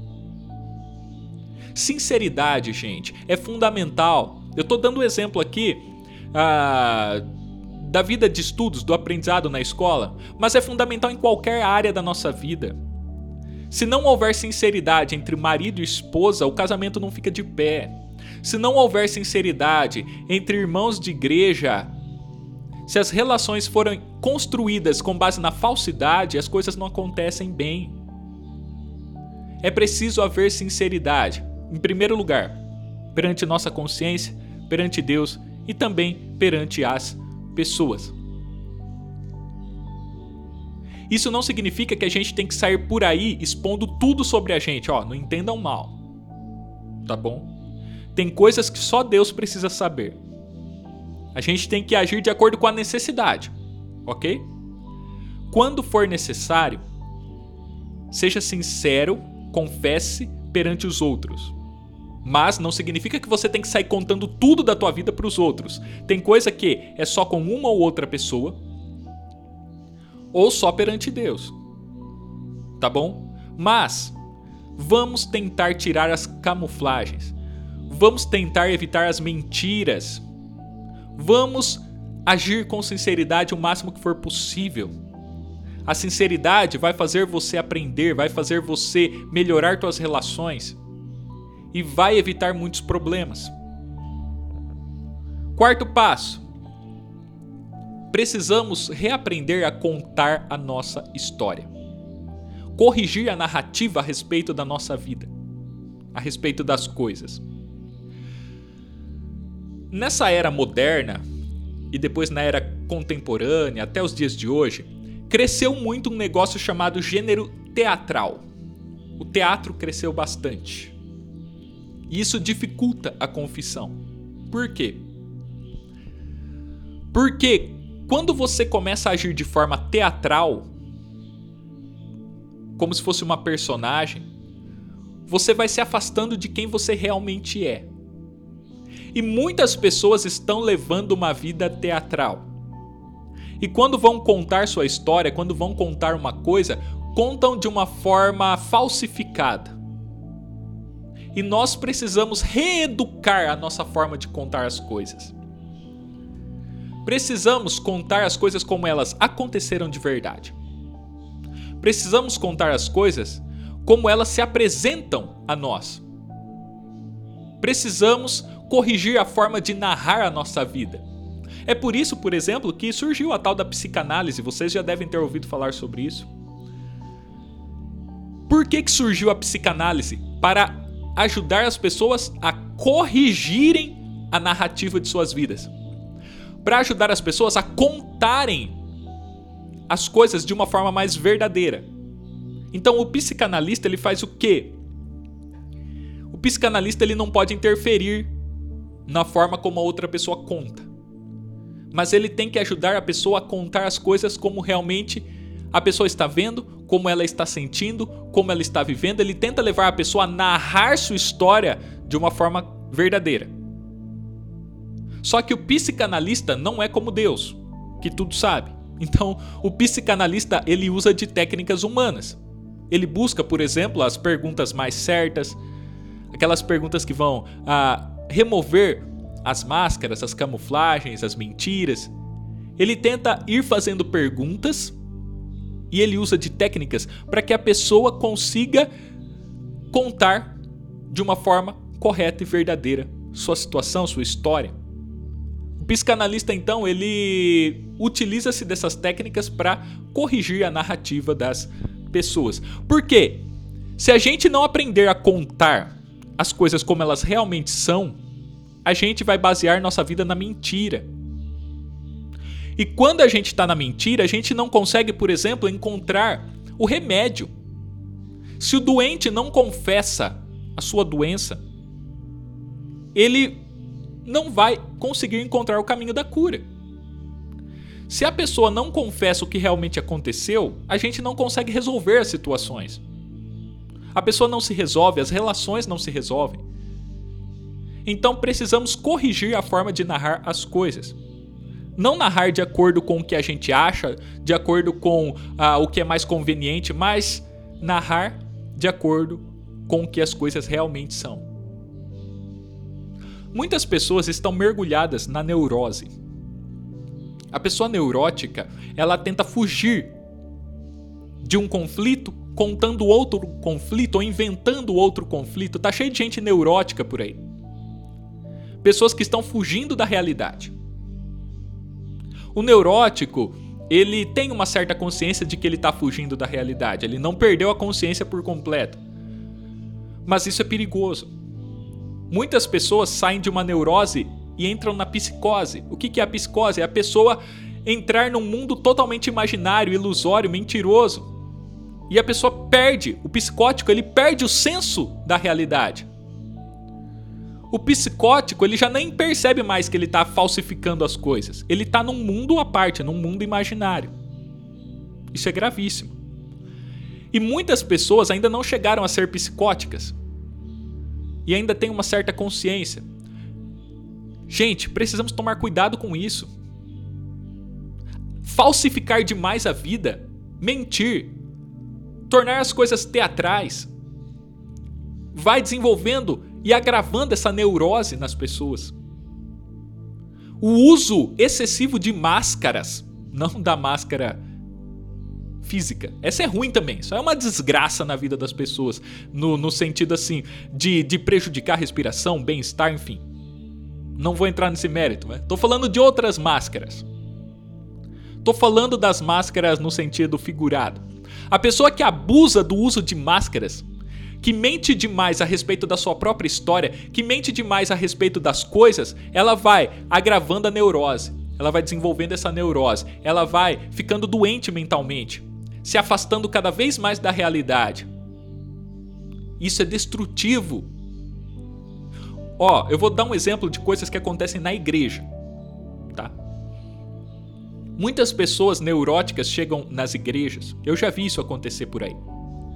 Sinceridade, gente, é fundamental. Eu estou dando um exemplo aqui ah, da vida de estudos, do aprendizado na escola, mas é fundamental em qualquer área da nossa vida. Se não houver sinceridade entre marido e esposa, o casamento não fica de pé. Se não houver sinceridade entre irmãos de igreja, se as relações forem construídas com base na falsidade, as coisas não acontecem bem. É preciso haver sinceridade, em primeiro lugar, perante nossa consciência, perante Deus e também perante as pessoas. Isso não significa que a gente tem que sair por aí expondo tudo sobre a gente. Ó, não entendam mal, tá bom? Tem coisas que só Deus precisa saber. A gente tem que agir de acordo com a necessidade, ok? Quando for necessário, seja sincero, confesse perante os outros. Mas não significa que você tem que sair contando tudo da tua vida para os outros. Tem coisa que é só com uma ou outra pessoa, ou só perante Deus, tá bom? Mas vamos tentar tirar as camuflagens, vamos tentar evitar as mentiras, vamos agir com sinceridade o máximo que for possível. A sinceridade vai fazer você aprender, vai fazer você melhorar suas relações e vai evitar muitos problemas. Quarto passo: precisamos reaprender a contar a nossa história. Corrigir a narrativa a respeito da nossa vida, a respeito das coisas. Nessa era moderna, e depois na era contemporânea, até os dias de hoje, cresceu muito um negócio chamado gênero teatral. O teatro cresceu bastante. E isso dificulta a confissão. Por quê? Porque quando você começa a agir de forma teatral, como se fosse uma personagem, você vai se afastando de quem você realmente é. E muitas pessoas estão levando uma vida teatral. E quando vão contar sua história, quando vão contar uma coisa, contam de uma forma falsificada. E nós precisamos reeducar a nossa forma de contar as coisas. Precisamos contar as coisas como elas aconteceram de verdade. Precisamos contar as coisas como elas se apresentam a nós. Precisamos corrigir a forma de narrar a nossa vida. É por isso, por exemplo, que surgiu a tal da psicanálise. Vocês já devem ter ouvido falar sobre isso. Por que que surgiu a psicanálise? Para ajudar as pessoas a corrigirem a narrativa de suas vidas. Para ajudar as pessoas a contarem as coisas de uma forma mais verdadeira. Então o psicanalista, ele faz o quê? O psicanalista, ele não pode interferir na forma como a outra pessoa conta. Mas ele tem que ajudar a pessoa a contar as coisas como realmente a pessoa está vendo, como ela está sentindo, como ela está vivendo. Ele tenta levar a pessoa a narrar sua história de uma forma verdadeira. Só que o psicanalista não é como Deus, que tudo sabe. Então, o psicanalista, ele usa de técnicas humanas. Ele busca, por exemplo, as perguntas mais certas, aquelas perguntas que vão ah, remover as máscaras, as camuflagens, as mentiras. Ele tenta ir fazendo perguntas e ele usa de técnicas para que a pessoa consiga contar de uma forma correta e verdadeira sua situação, sua história. O psicanalista, então, ele utiliza-se dessas técnicas para corrigir a narrativa das pessoas. Por quê? Se a gente não aprender a contar as coisas como elas realmente são, a gente vai basear nossa vida na mentira. E quando a gente está na mentira, a gente não consegue, por exemplo, encontrar o remédio. Se o doente não confessa a sua doença, ele não vai conseguir encontrar o caminho da cura. Se a pessoa não confessa o que realmente aconteceu, a gente não consegue resolver as situações. A pessoa não se resolve, as relações não se resolvem. Então precisamos corrigir a forma de narrar as coisas. Não narrar de acordo com o que a gente acha, de acordo com ah, o que é mais conveniente, mas narrar de acordo com o que as coisas realmente são. Muitas pessoas estão mergulhadas na neurose. A pessoa neurótica, ela tenta fugir de um conflito, contando outro conflito ou inventando outro conflito. Tá cheio de gente neurótica por aí. Pessoas que estão fugindo da realidade. O neurótico, ele tem uma certa consciência de que ele está fugindo da realidade. Ele não perdeu a consciência por completo. Mas isso é perigoso. Muitas pessoas saem de uma neurose e entram na psicose. O que é a psicose? É a pessoa entrar num mundo totalmente imaginário, ilusório, mentiroso. E a pessoa perde, o psicótico, ele perde o senso da realidade. O psicótico, ele já nem percebe mais que ele está falsificando as coisas. Ele está num mundo à parte, num mundo imaginário. Isso é gravíssimo. E muitas pessoas ainda não chegaram a ser psicóticas. E ainda têm uma certa consciência. Gente, precisamos tomar cuidado com isso. Falsificar demais a vida, mentir, tornar as coisas teatrais, vai desenvolvendo e agravando essa neurose nas pessoas. O uso excessivo de máscaras, não da máscara física. Essa é ruim também. Isso é uma desgraça na vida das pessoas. No, no sentido assim, de, de prejudicar a respiração, bem-estar, enfim. Não vou entrar nesse mérito, né? Tô falando de outras máscaras. Tô falando das máscaras no sentido figurado. A pessoa que abusa do uso de máscaras, que mente demais a respeito da sua própria história, que mente demais a respeito das coisas, ela vai agravando a neurose. Ela vai desenvolvendo essa neurose. Ela vai ficando doente mentalmente, se afastando cada vez mais da realidade. Isso é destrutivo. Ó, eu vou dar um exemplo de coisas que acontecem na igreja, tá? Muitas pessoas neuróticas chegam nas igrejas, eu já vi isso acontecer por aí,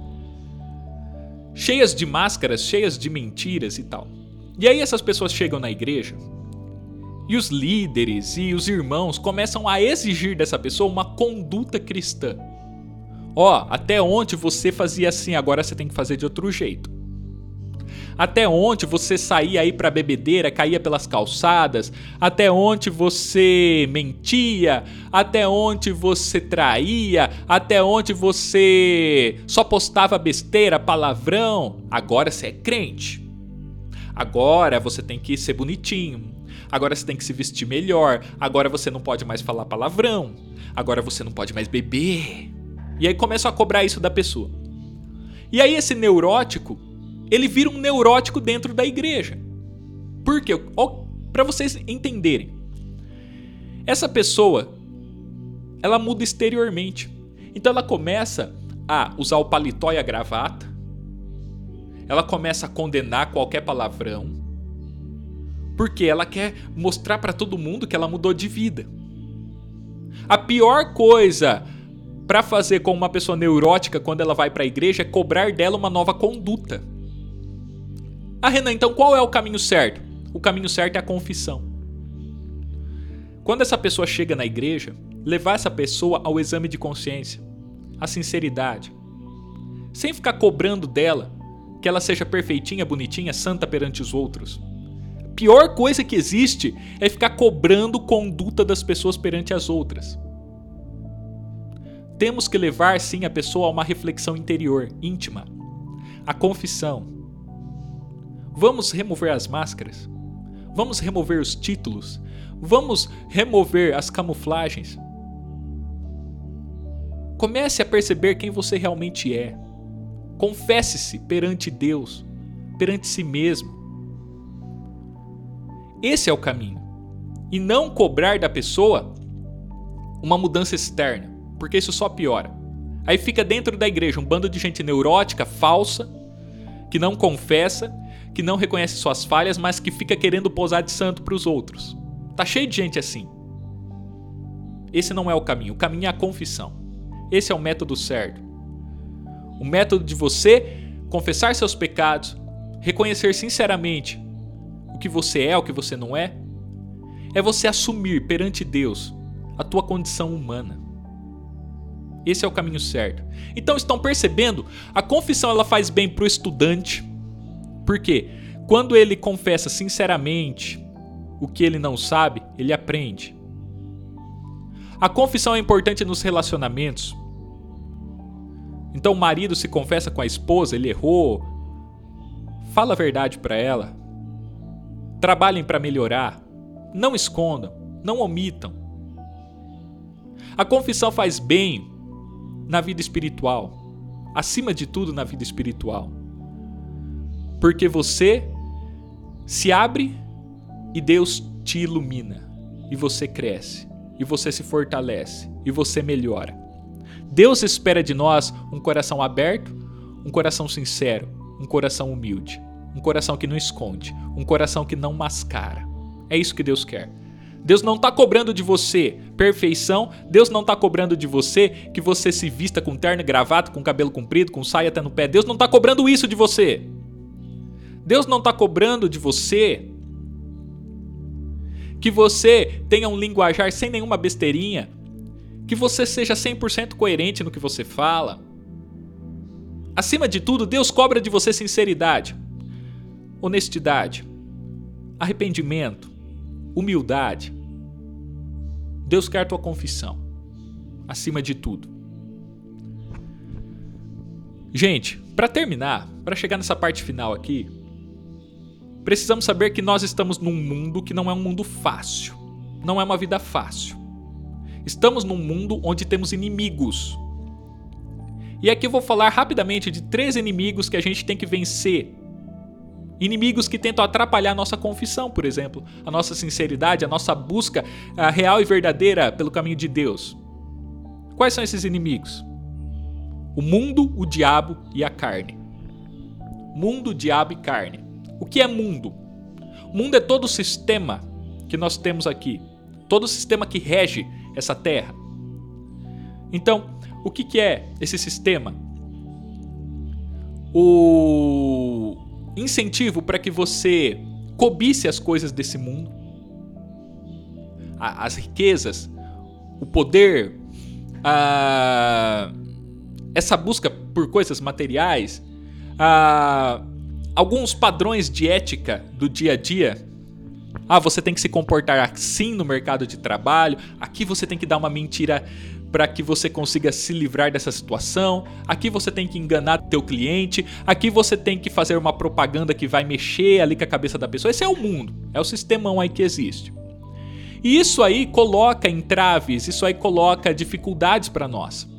cheias de máscaras, cheias de mentiras e tal. E aí essas pessoas chegam na igreja e os líderes e os irmãos começam a exigir dessa pessoa uma conduta cristã. Ó, até ontem você fazia assim, agora você tem que fazer de outro jeito. Até ontem você saía aí pra bebedeira, caía pelas calçadas. Até ontem você mentia. Até ontem você traía. Até ontem você só postava besteira, palavrão. Agora você é crente. Agora você tem que ser bonitinho. Agora você tem que se vestir melhor. Agora você não pode mais falar palavrão. Agora você não pode mais beber. E aí começam a cobrar isso da pessoa. E aí esse neurótico, ele vira um neurótico dentro da igreja. Por quê? Para vocês entenderem. Essa pessoa, ela muda exteriormente. Então ela começa a usar o paletó e a gravata. Ela começa a condenar qualquer palavrão. Porque ela quer mostrar para todo mundo que ela mudou de vida. A pior coisa para fazer com uma pessoa neurótica quando ela vai para a igreja é cobrar dela uma nova conduta. Ah, Renan, então qual é o caminho certo? O caminho certo é a confissão. Quando essa pessoa chega na igreja, levar essa pessoa ao exame de consciência, a sinceridade, sem ficar cobrando dela que ela seja perfeitinha, bonitinha, santa perante os outros. A pior coisa que existe é ficar cobrando conduta das pessoas perante as outras. Temos que levar sim a pessoa a uma reflexão interior, íntima, a confissão. Vamos remover as máscaras, vamos remover os títulos, vamos remover as camuflagens. Comece a perceber quem você realmente é. Confesse-se perante Deus, perante si mesmo. Esse é o caminho. E não cobrar da pessoa uma mudança externa, porque isso só piora. Aí fica dentro da igreja um bando de gente neurótica, falsa, que não confessa, que não reconhece suas falhas, mas que fica querendo posar de santo para os outros. Tá cheio de gente assim. Esse não é o caminho. O caminho é a confissão. Esse é o método certo. O método de você confessar seus pecados, reconhecer sinceramente o que você é, o que você não é, é você assumir perante Deus a tua condição humana. Esse é o caminho certo. Então, estão percebendo? A confissão ela faz bem para o estudante. Por quê? Quando ele confessa sinceramente o que ele não sabe, ele aprende. A confissão é importante nos relacionamentos. Então o marido se confessa com a esposa, ele errou. Fala a verdade para ela. Trabalhem para melhorar. Não escondam, não omitam. A confissão faz bem na vida espiritual. Acima de tudo na vida espiritual. Porque você se abre e Deus te ilumina. E você cresce. E você se fortalece. E você melhora. Deus espera de nós um coração aberto, um coração sincero, um coração humilde. Um coração que não esconde. Um coração que não mascara. É isso que Deus quer. Deus não está cobrando de você perfeição. Deus não está cobrando de você que você se vista com terno e gravata, com cabelo comprido, com saia até no pé. Deus não está cobrando isso de você. Deus não está cobrando de você que você tenha um linguajar sem nenhuma besteirinha, que você seja cem por cento coerente no que você fala. Acima de tudo, Deus cobra de você sinceridade, honestidade, arrependimento, humildade. Deus quer tua confissão, acima de tudo. Gente, para terminar, para chegar nessa parte final aqui, precisamos saber que nós estamos num mundo que não é um mundo fácil. Não é uma vida fácil. Estamos num mundo onde temos inimigos. E aqui eu vou falar rapidamente de três inimigos que a gente tem que vencer. Inimigos que tentam atrapalhar a nossa confissão, por exemplo. A nossa sinceridade, a nossa busca a real e verdadeira pelo caminho de Deus. Quais são esses inimigos? O mundo, o diabo e a carne. Mundo, diabo e carne. O que é mundo? O mundo é todo o sistema que nós temos aqui. Todo o sistema que rege essa terra. Então, o que, que é esse sistema? O incentivo para que você cobice as coisas desse mundo, as riquezas, o poder, a... essa busca por coisas materiais, a... alguns padrões de ética do dia a dia. Ah, você tem que se comportar assim no mercado de trabalho, aqui você tem que dar uma mentira para que você consiga se livrar dessa situação, aqui você tem que enganar teu cliente, aqui você tem que fazer uma propaganda que vai mexer ali com a cabeça da pessoa. Esse é o mundo, é o sistemão aí que existe. E isso aí coloca entraves, isso aí coloca dificuldades para nós.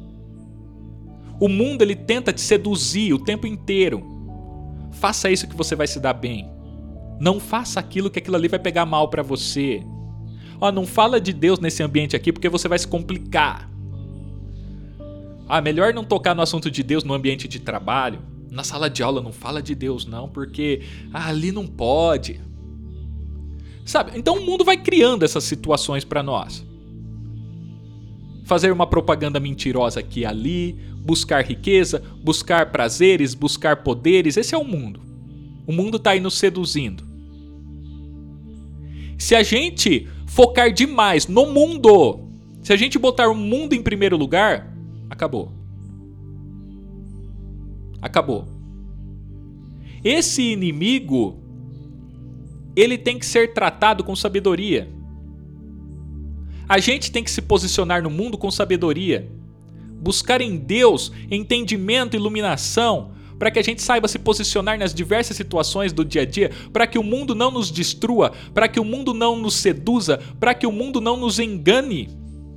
O mundo, ele tenta te seduzir o tempo inteiro. Faça isso que você vai se dar bem. Não faça aquilo que aquilo ali vai pegar mal para você. Ó, não fala de Deus nesse ambiente aqui porque você vai se complicar. Ah, melhor não tocar no assunto de Deus no ambiente de trabalho. Na sala de aula não fala de Deus não, porque ah, ali não pode. Sabe? Então o mundo vai criando essas situações para nós. Fazer uma propaganda mentirosa aqui e ali, buscar riqueza, buscar prazeres, buscar poderes, esse é o mundo. O mundo tá aí nos seduzindo. Se a gente focar demais no mundo, se a gente botar o mundo em primeiro lugar, acabou. Acabou. Esse inimigo, ele tem que ser tratado com sabedoria. A gente tem que se posicionar no mundo com sabedoria. Buscar em Deus entendimento, iluminação, para que a gente saiba se posicionar nas diversas situações do dia a dia, para que o mundo não nos destrua, para que o mundo não nos seduza, para que o mundo não nos engane,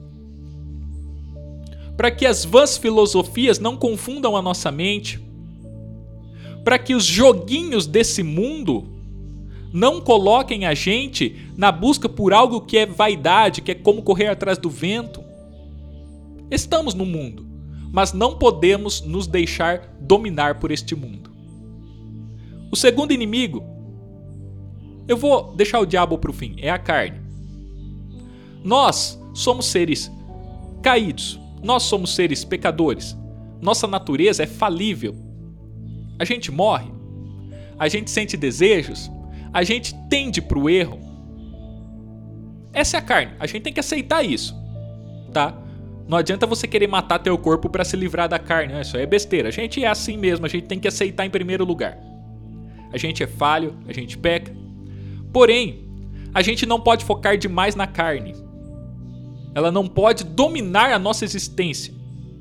para que as vãs filosofias não confundam a nossa mente, para que os joguinhos desse mundo não coloquem a gente na busca por algo que é vaidade, que é como correr atrás do vento. Estamos no mundo, mas não podemos nos deixar dominar por este mundo. O segundo inimigo, eu vou deixar o diabo para o fim, é a carne. Nós somos seres caídos, nós somos seres pecadores, nossa natureza é falível. A gente morre, a gente sente desejos, a gente tende para o erro. Essa é a carne, a gente tem que aceitar isso, tá? Não adianta você querer matar teu corpo para se livrar da carne, isso aí é besteira. A gente é assim mesmo, a gente tem que aceitar em primeiro lugar. A gente é falho, a gente peca. Porém, a gente não pode focar demais na carne. Ela não pode dominar a nossa existência.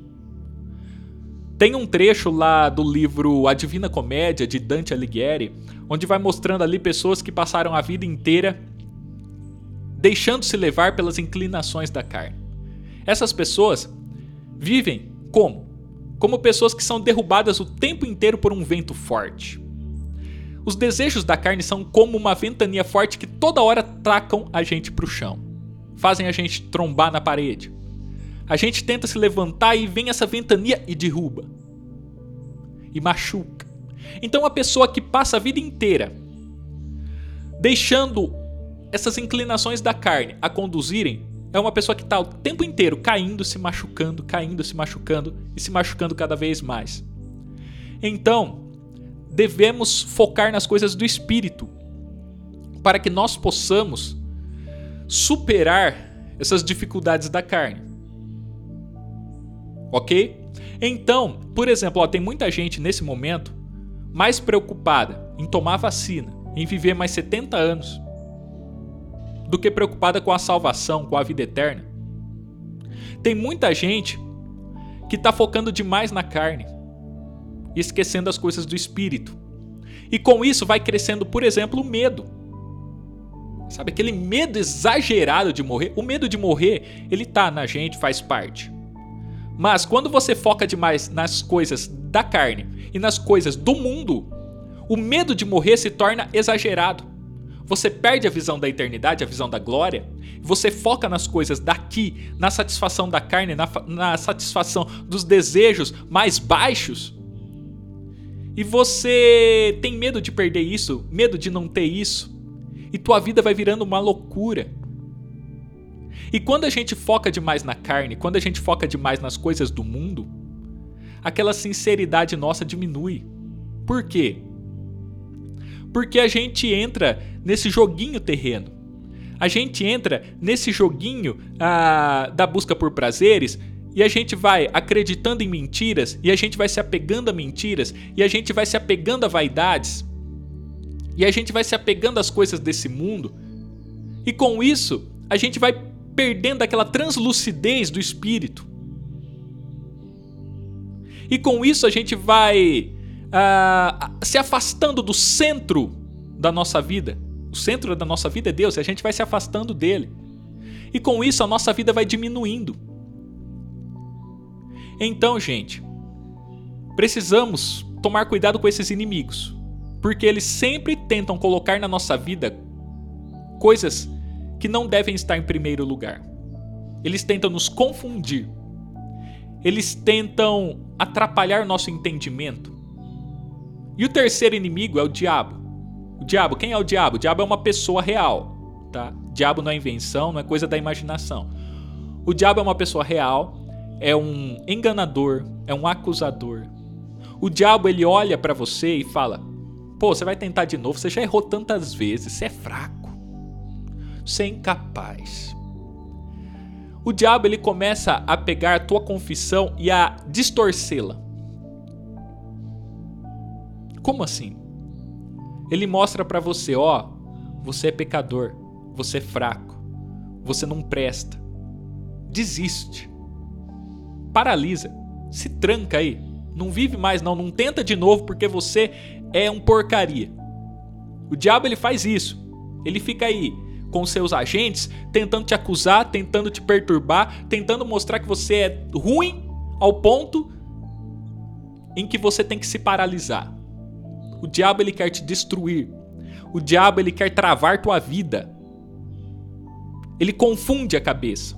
Tem um trecho lá do livro A Divina Comédia, de Dante Alighieri, onde vai mostrando ali pessoas que passaram a vida inteira deixando-se levar pelas inclinações da carne. Essas pessoas vivem como? Como pessoas que são derrubadas o tempo inteiro por um vento forte. Os desejos da carne são como uma ventania forte que toda hora tacam a gente pro chão. Fazem a gente trombar na parede. A gente tenta se levantar e vem essa ventania e derruba. E machuca. Então a pessoa que passa a vida inteira deixando essas inclinações da carne a conduzirem, é uma pessoa que está o tempo inteiro caindo, se machucando, caindo, se machucando e se machucando cada vez mais. Então, devemos focar nas coisas do Espírito para que nós possamos superar essas dificuldades da carne. Ok? Então, por exemplo, ó, tem muita gente nesse momento mais preocupada em tomar vacina, em viver mais setenta anos, do que preocupada com a salvação, com a vida eterna. Tem muita gente que está focando demais na carne e esquecendo as coisas do Espírito. E com isso vai crescendo, por exemplo, o medo. Sabe, aquele medo exagerado de morrer? O medo de morrer, ele tá na gente, faz parte. Mas quando você foca demais nas coisas da carne e nas coisas do mundo, o medo de morrer se torna exagerado. Você perde a visão da eternidade, a visão da glória. Você foca nas coisas daqui, na satisfação da carne, na, na satisfação dos desejos mais baixos. E você tem medo de perder isso, medo de não ter isso. E tua vida vai virando uma loucura. E quando a gente foca demais na carne, quando a gente foca demais nas coisas do mundo, aquela sinceridade nossa diminui. Por quê? Porque a gente entra nesse joguinho terreno. A gente entra nesse joguinho ah, da busca por prazeres e a gente vai acreditando em mentiras e a gente vai se apegando a mentiras e a gente vai se apegando a vaidades e a gente vai se apegando às coisas desse mundo e com isso a gente vai perdendo aquela translucidez do espírito. E com isso a gente vai uh, se afastando do centro da nossa vida. O centro da nossa vida é Deus, e a gente vai se afastando dele. E com isso a nossa vida vai diminuindo. Então, gente, precisamos tomar cuidado com esses inimigos, porque eles sempre tentam colocar na nossa vida coisas que não devem estar em primeiro lugar. Eles tentam nos confundir. Eles tentam atrapalhar nosso entendimento. E o terceiro inimigo é o diabo. O diabo, quem é o diabo? O diabo é uma pessoa real, tá? O diabo não é invenção, não é coisa da imaginação. O diabo é uma pessoa real, é um enganador, é um acusador. O diabo, ele olha pra você e fala: pô, você vai tentar de novo, você já errou tantas vezes, você é fraco, você é incapaz. O diabo, ele começa a pegar a tua confissão e a distorcê-la. Como assim? Ele mostra pra você, ó, você é pecador, você é fraco, você não presta. Desiste. Paralisa. Se tranca aí. Não vive mais não, não tenta de novo porque você é um porcaria. O diabo, ele faz isso. Ele fica aí com seus agentes tentando te acusar, tentando te perturbar, tentando mostrar que você é ruim ao ponto em que você tem que se paralisar. O diabo, ele quer te destruir. O diabo, ele quer travar tua vida. Ele confunde a cabeça.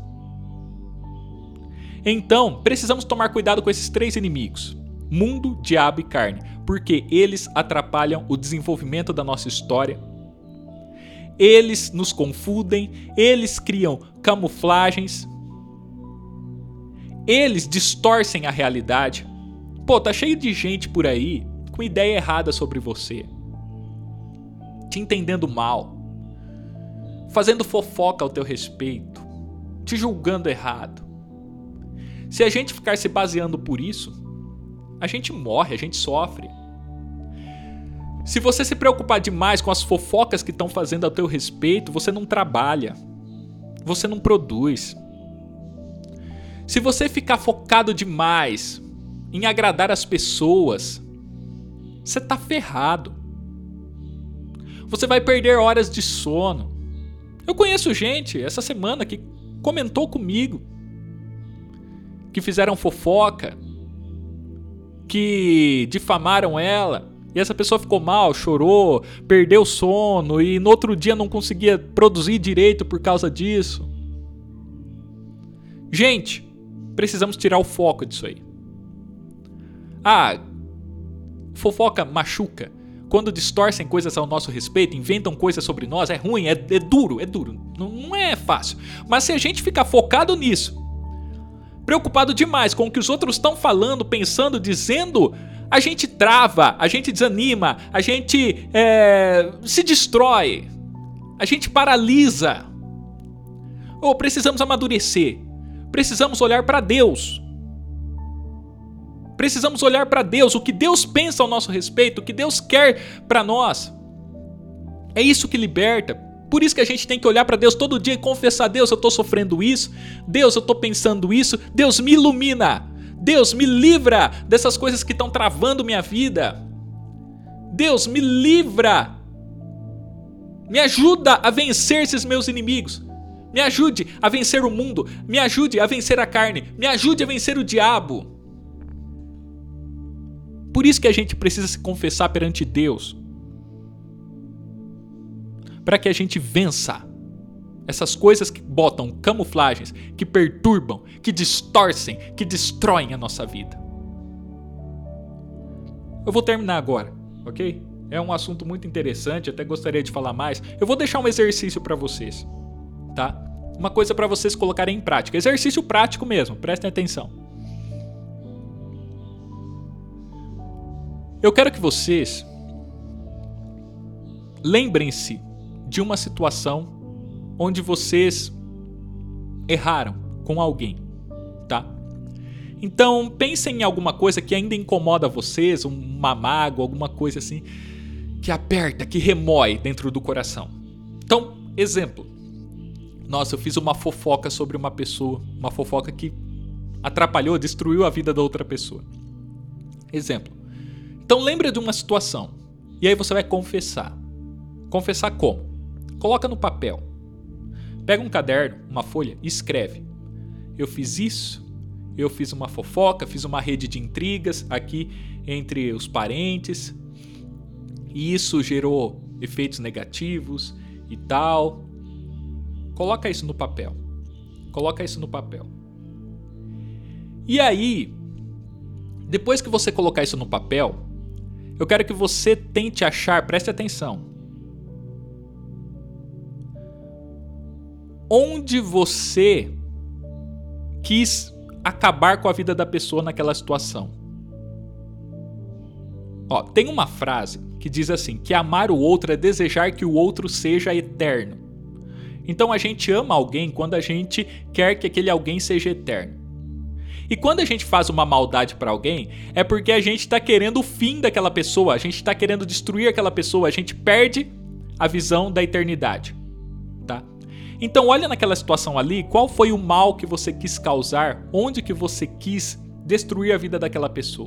Então, precisamos tomar cuidado com esses três inimigos: mundo, diabo e carne, porque eles atrapalham o desenvolvimento da nossa história. Eles nos confundem, eles criam camuflagens, eles distorcem a realidade. Pô, tá cheio de gente por aí com ideia errada sobre você, te entendendo mal, fazendo fofoca ao teu respeito, te julgando errado. Se a gente ficar se baseando por isso, a gente morre, a gente sofre. Se você se preocupar demais com as fofocas que estão fazendo ao teu respeito, você não trabalha, você não produz. Se você ficar focado demais em agradar as pessoas, você tá ferrado. Você vai perder horas de sono. Eu conheço gente essa semana que comentou comigo, que fizeram fofoca, que difamaram ela, e essa pessoa ficou mal, chorou, perdeu sono e no outro dia não conseguia produzir direito por causa disso. Gente, precisamos tirar o foco disso aí. Ah, fofoca machuca. Quando distorcem coisas ao nosso respeito, inventam coisas sobre nós, é ruim, é, é duro, é duro. Não, não é fácil. Mas se a gente ficar focado nisso, preocupado demais com o que os outros estão falando, pensando, dizendo, a gente trava, a gente desanima, a gente é, se destrói, a gente paralisa. Ou oh, precisamos amadurecer, precisamos olhar para Deus. Precisamos olhar para Deus, o que Deus pensa ao nosso respeito, o que Deus quer para nós. É isso que liberta. Por isso que a gente tem que olhar para Deus todo dia e confessar: Deus, eu estou sofrendo isso. Deus, eu estou pensando isso. Deus, me ilumina. Deus, me livra dessas coisas que estão travando minha vida. Deus, me livra. Me ajuda a vencer esses meus inimigos. Me ajude a vencer o mundo. Me ajude a vencer a carne. Me ajude a vencer o diabo. Por isso que a gente precisa se confessar perante Deus, para que a gente vença essas coisas que botam camuflagens, que perturbam, que distorcem, que destroem a nossa vida. Eu vou terminar agora, ok? É um assunto muito interessante, até gostaria de falar mais. Eu vou deixar um exercício para vocês, tá? Uma coisa para vocês colocarem em prática. Exercício prático mesmo, prestem atenção. Eu quero que vocês lembrem-se de uma situação onde vocês erraram com alguém, tá? Então, pensem em alguma coisa que ainda incomoda vocês, uma mágoa, alguma coisa assim, que aperta, que remói dentro do coração. Então, exemplo. Nossa, eu fiz uma fofoca sobre uma pessoa, uma fofoca que atrapalhou, destruiu a vida da outra pessoa. Exemplo. Então, lembra de uma situação, e aí você vai confessar. Confessar como? Coloca no papel. Pega um caderno, uma folha e escreve. Eu fiz isso, eu fiz uma fofoca, fiz uma rede de intrigas aqui entre os parentes. E isso gerou efeitos negativos e tal. Coloca isso no papel. Coloca isso no papel. E aí, depois que você colocar isso no papel, eu quero que você tente achar, preste atenção, onde você quis acabar com a vida da pessoa naquela situação. Ó, tem uma frase que diz assim, que amar o outro é desejar que o outro seja eterno. Então a gente ama alguém quando a gente quer que aquele alguém seja eterno. E quando a gente faz uma maldade para alguém, é porque a gente está querendo o fim daquela pessoa, a gente está querendo destruir aquela pessoa, a gente perde a visão da eternidade, tá? Então olha naquela situação ali, qual foi o mal que você quis causar, onde que você quis destruir a vida daquela pessoa.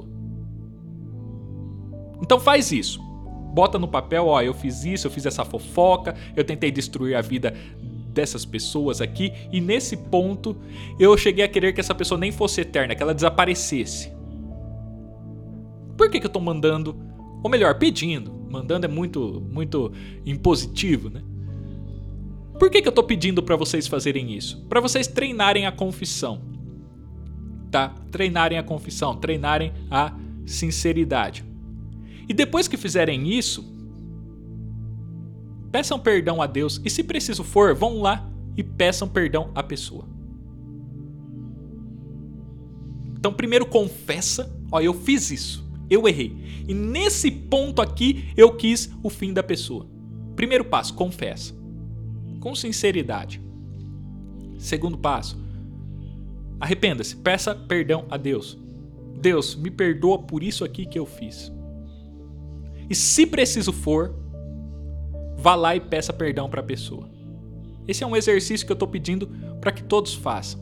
Então faz isso, bota no papel, ó, eu fiz isso, eu fiz essa fofoca, eu tentei destruir a vida dessas pessoas aqui, e nesse ponto eu cheguei a querer que essa pessoa nem fosse eterna, que ela desaparecesse. Por que que eu tô mandando, ou melhor, pedindo, mandando é muito, muito impositivo, né? Por que que eu tô pedindo para vocês fazerem isso? Para vocês treinarem a confissão, tá? Treinarem a confissão, treinarem a sinceridade. E depois que fizerem isso, peçam perdão a Deus e, se preciso for, vão lá e peçam perdão à pessoa. Então, primeiro confessa, ó, eu fiz isso, eu errei. E nesse ponto aqui, eu quis o fim da pessoa. Primeiro passo, confessa. Com sinceridade. Segundo passo, arrependa-se, peça perdão a Deus. Deus, me perdoa por isso aqui que eu fiz. E se preciso for, vá lá e peça perdão para a pessoa. Esse é um exercício que eu estou pedindo para que todos façam.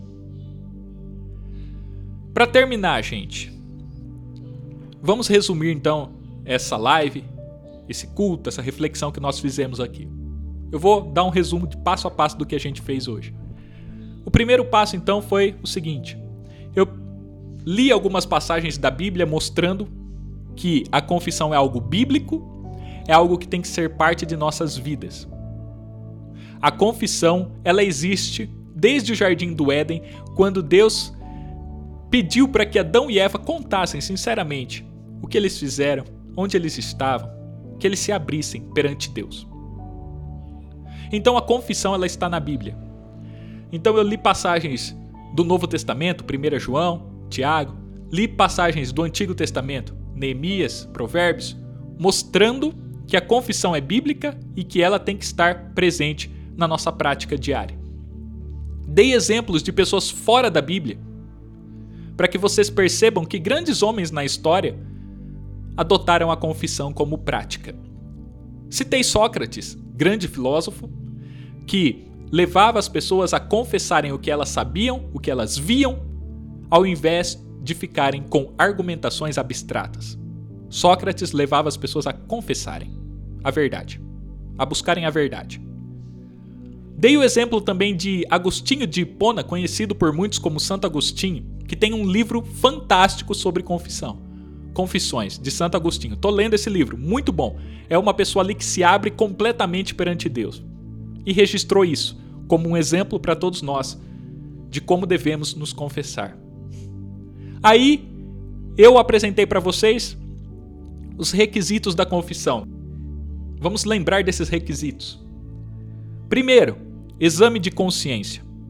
Para terminar, gente, vamos resumir então essa live, esse culto, essa reflexão que nós fizemos aqui. Eu vou dar um resumo de passo a passo do que a gente fez hoje. O primeiro passo então foi o seguinte: eu li algumas passagens da Bíblia mostrando que a confissão é algo bíblico, é algo que tem que ser parte de nossas vidas. A confissão, ela existe desde o Jardim do Éden, quando Deus pediu para que Adão e Eva contassem sinceramente o que eles fizeram, onde eles estavam, que eles se abrissem perante Deus. Então a confissão, ela está na Bíblia. Então eu li passagens do Novo Testamento, primeiro João, Tiago, li passagens do Antigo Testamento, Neemias, Provérbios, mostrando que a confissão é bíblica e que ela tem que estar presente na nossa prática diária. Dei exemplos de pessoas fora da Bíblia, para que vocês percebam que grandes homens na história adotaram a confissão como prática. Citei Sócrates, grande filósofo, que levava as pessoas a confessarem o que elas sabiam, o que elas viam, ao invés de ficarem com argumentações abstratas. Sócrates levava as pessoas a confessarem a verdade, a buscarem a verdade. Dei o exemplo também de Agostinho de Hipona, conhecido por muitos como Santo Agostinho, que tem um livro fantástico sobre confissão. Confissões, de Santo Agostinho. Tô lendo esse livro, muito bom. É uma pessoa ali que se abre completamente perante Deus. E registrou isso como um exemplo para todos nós de como devemos nos confessar. Aí, eu apresentei para vocês os requisitos da confissão. Vamos lembrar desses requisitos. Primeiro, exame de consciência.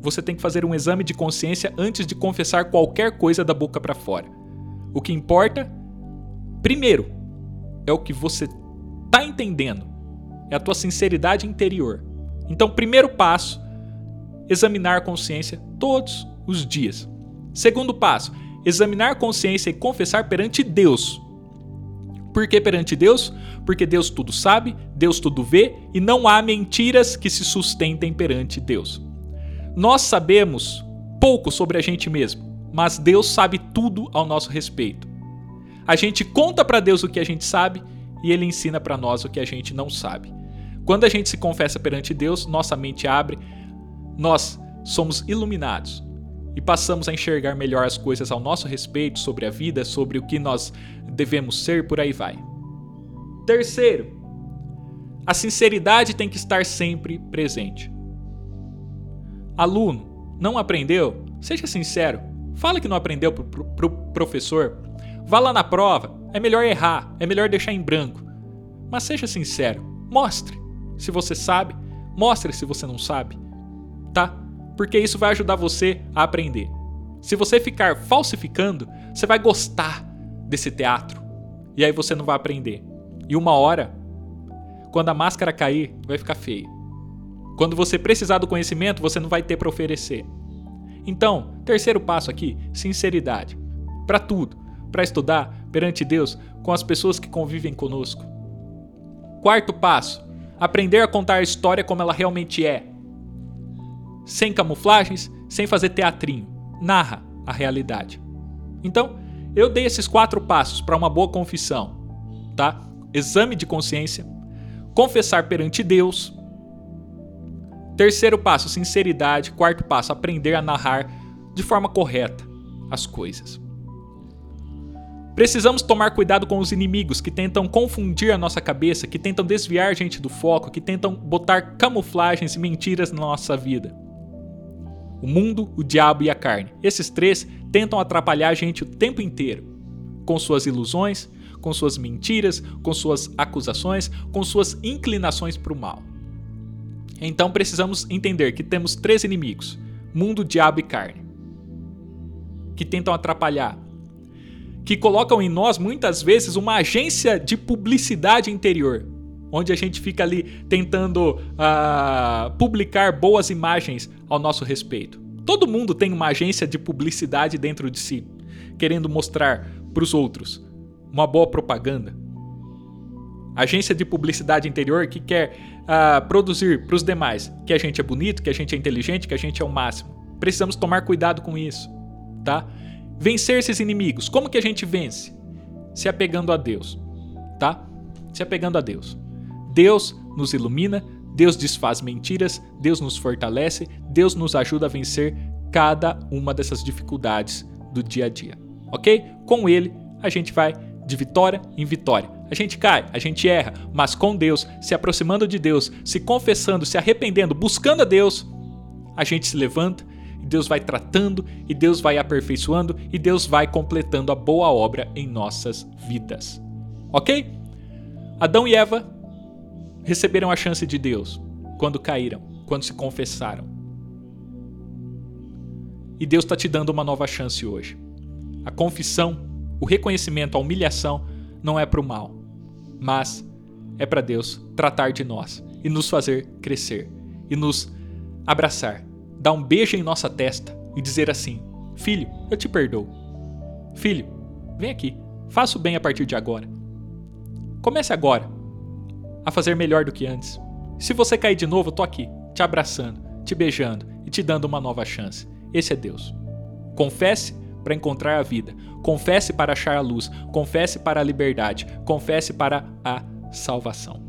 você tem que fazer um exame de consciência antes de confessar qualquer coisa da boca para fora. O que importa, primeiro, é o que você está entendendo. É a tua sinceridade interior. Então, primeiro passo, examinar a consciência todos os dias. Segundo passo, examinar a consciência e confessar perante Deus. Por que perante Deus? Porque Deus tudo sabe, Deus tudo vê e não há mentiras que se sustentem perante Deus. Nós sabemos pouco sobre a gente mesmo, mas Deus sabe tudo ao nosso respeito. A gente conta para Deus o que a gente sabe e Ele ensina para nós o que a gente não sabe. Quando a gente se confessa perante Deus, nossa mente abre, nós somos iluminados e passamos a enxergar melhor as coisas ao nosso respeito, sobre a vida, sobre o que nós devemos ser, por aí vai. Terceiro, a sinceridade tem que estar sempre presente. Aluno, não aprendeu? Seja sincero. Fala que não aprendeu pro, pro, pro professor. Vá lá na prova. É melhor errar, é melhor deixar em branco. Mas seja sincero. Mostre se você sabe. Mostre se você não sabe. Tá? Porque isso vai ajudar você a aprender. Se você ficar falsificando, você vai gostar desse teatro. E aí você não vai aprender. E uma hora, quando a máscara cair, vai ficar feio. Quando você precisar do conhecimento, você não vai ter para oferecer. Então, terceiro passo aqui, sinceridade. Para tudo. Para estudar perante Deus com as pessoas que convivem conosco. Quarto passo, aprender a contar a história como ela realmente é. Sem camuflagens, sem fazer teatrinho. Narra a realidade. Então, eu dei esses quatro passos para uma boa confissão. Tá? Exame de consciência. Confessar perante Deus. Terceiro passo, sinceridade. Quarto passo, aprender a narrar de forma correta as coisas. Precisamos tomar cuidado com os inimigos que tentam confundir a nossa cabeça, que tentam desviar a gente do foco, que tentam botar camuflagens e mentiras na nossa vida. O mundo, o diabo e a carne. Esses três tentam atrapalhar a gente o tempo inteiro, com suas ilusões, com suas mentiras, com suas acusações, com suas inclinações para o mal. Então precisamos entender que temos três inimigos: mundo, diabo e carne, que tentam atrapalhar, que colocam em nós muitas vezes uma agência de publicidade interior, onde a gente fica ali tentando uh, publicar boas imagens ao nosso respeito. Todo mundo tem uma agência de publicidade dentro de si, querendo mostrar para os outros uma boa propaganda. Agência de publicidade interior que quer uh, produzir para os demais que a gente é bonito, que a gente é inteligente, que a gente é o máximo. Precisamos tomar cuidado com isso, tá? Vencer esses inimigos. Como que a gente vence? Se apegando a Deus, tá? Se apegando a Deus. Deus nos ilumina, Deus desfaz mentiras, Deus nos fortalece, Deus nos ajuda a vencer cada uma dessas dificuldades do dia a dia, ok? Com Ele, a gente vai de vitória em vitória. A gente cai, a gente erra, mas com Deus, se aproximando de Deus, se confessando, se arrependendo, buscando a Deus, a gente se levanta e Deus vai tratando e Deus vai aperfeiçoando e Deus vai completando a boa obra em nossas vidas, ok? Adão e Eva receberam a chance de Deus quando caíram, quando se confessaram. E Deus está te dando uma nova chance hoje. A confissão, o reconhecimento, a humilhação não é para o mal, mas é para Deus tratar de nós e nos fazer crescer e nos abraçar, dar um beijo em nossa testa e dizer assim: filho, eu te perdoo. Filho, vem aqui, faça o bem a partir de agora. Comece agora a fazer melhor do que antes. Se você cair de novo, eu tô aqui, te abraçando, te beijando e te dando uma nova chance. Esse é Deus. Confesse para encontrar a vida. Confesse para achar a luz. Confesse para a liberdade. Confesse para a salvação.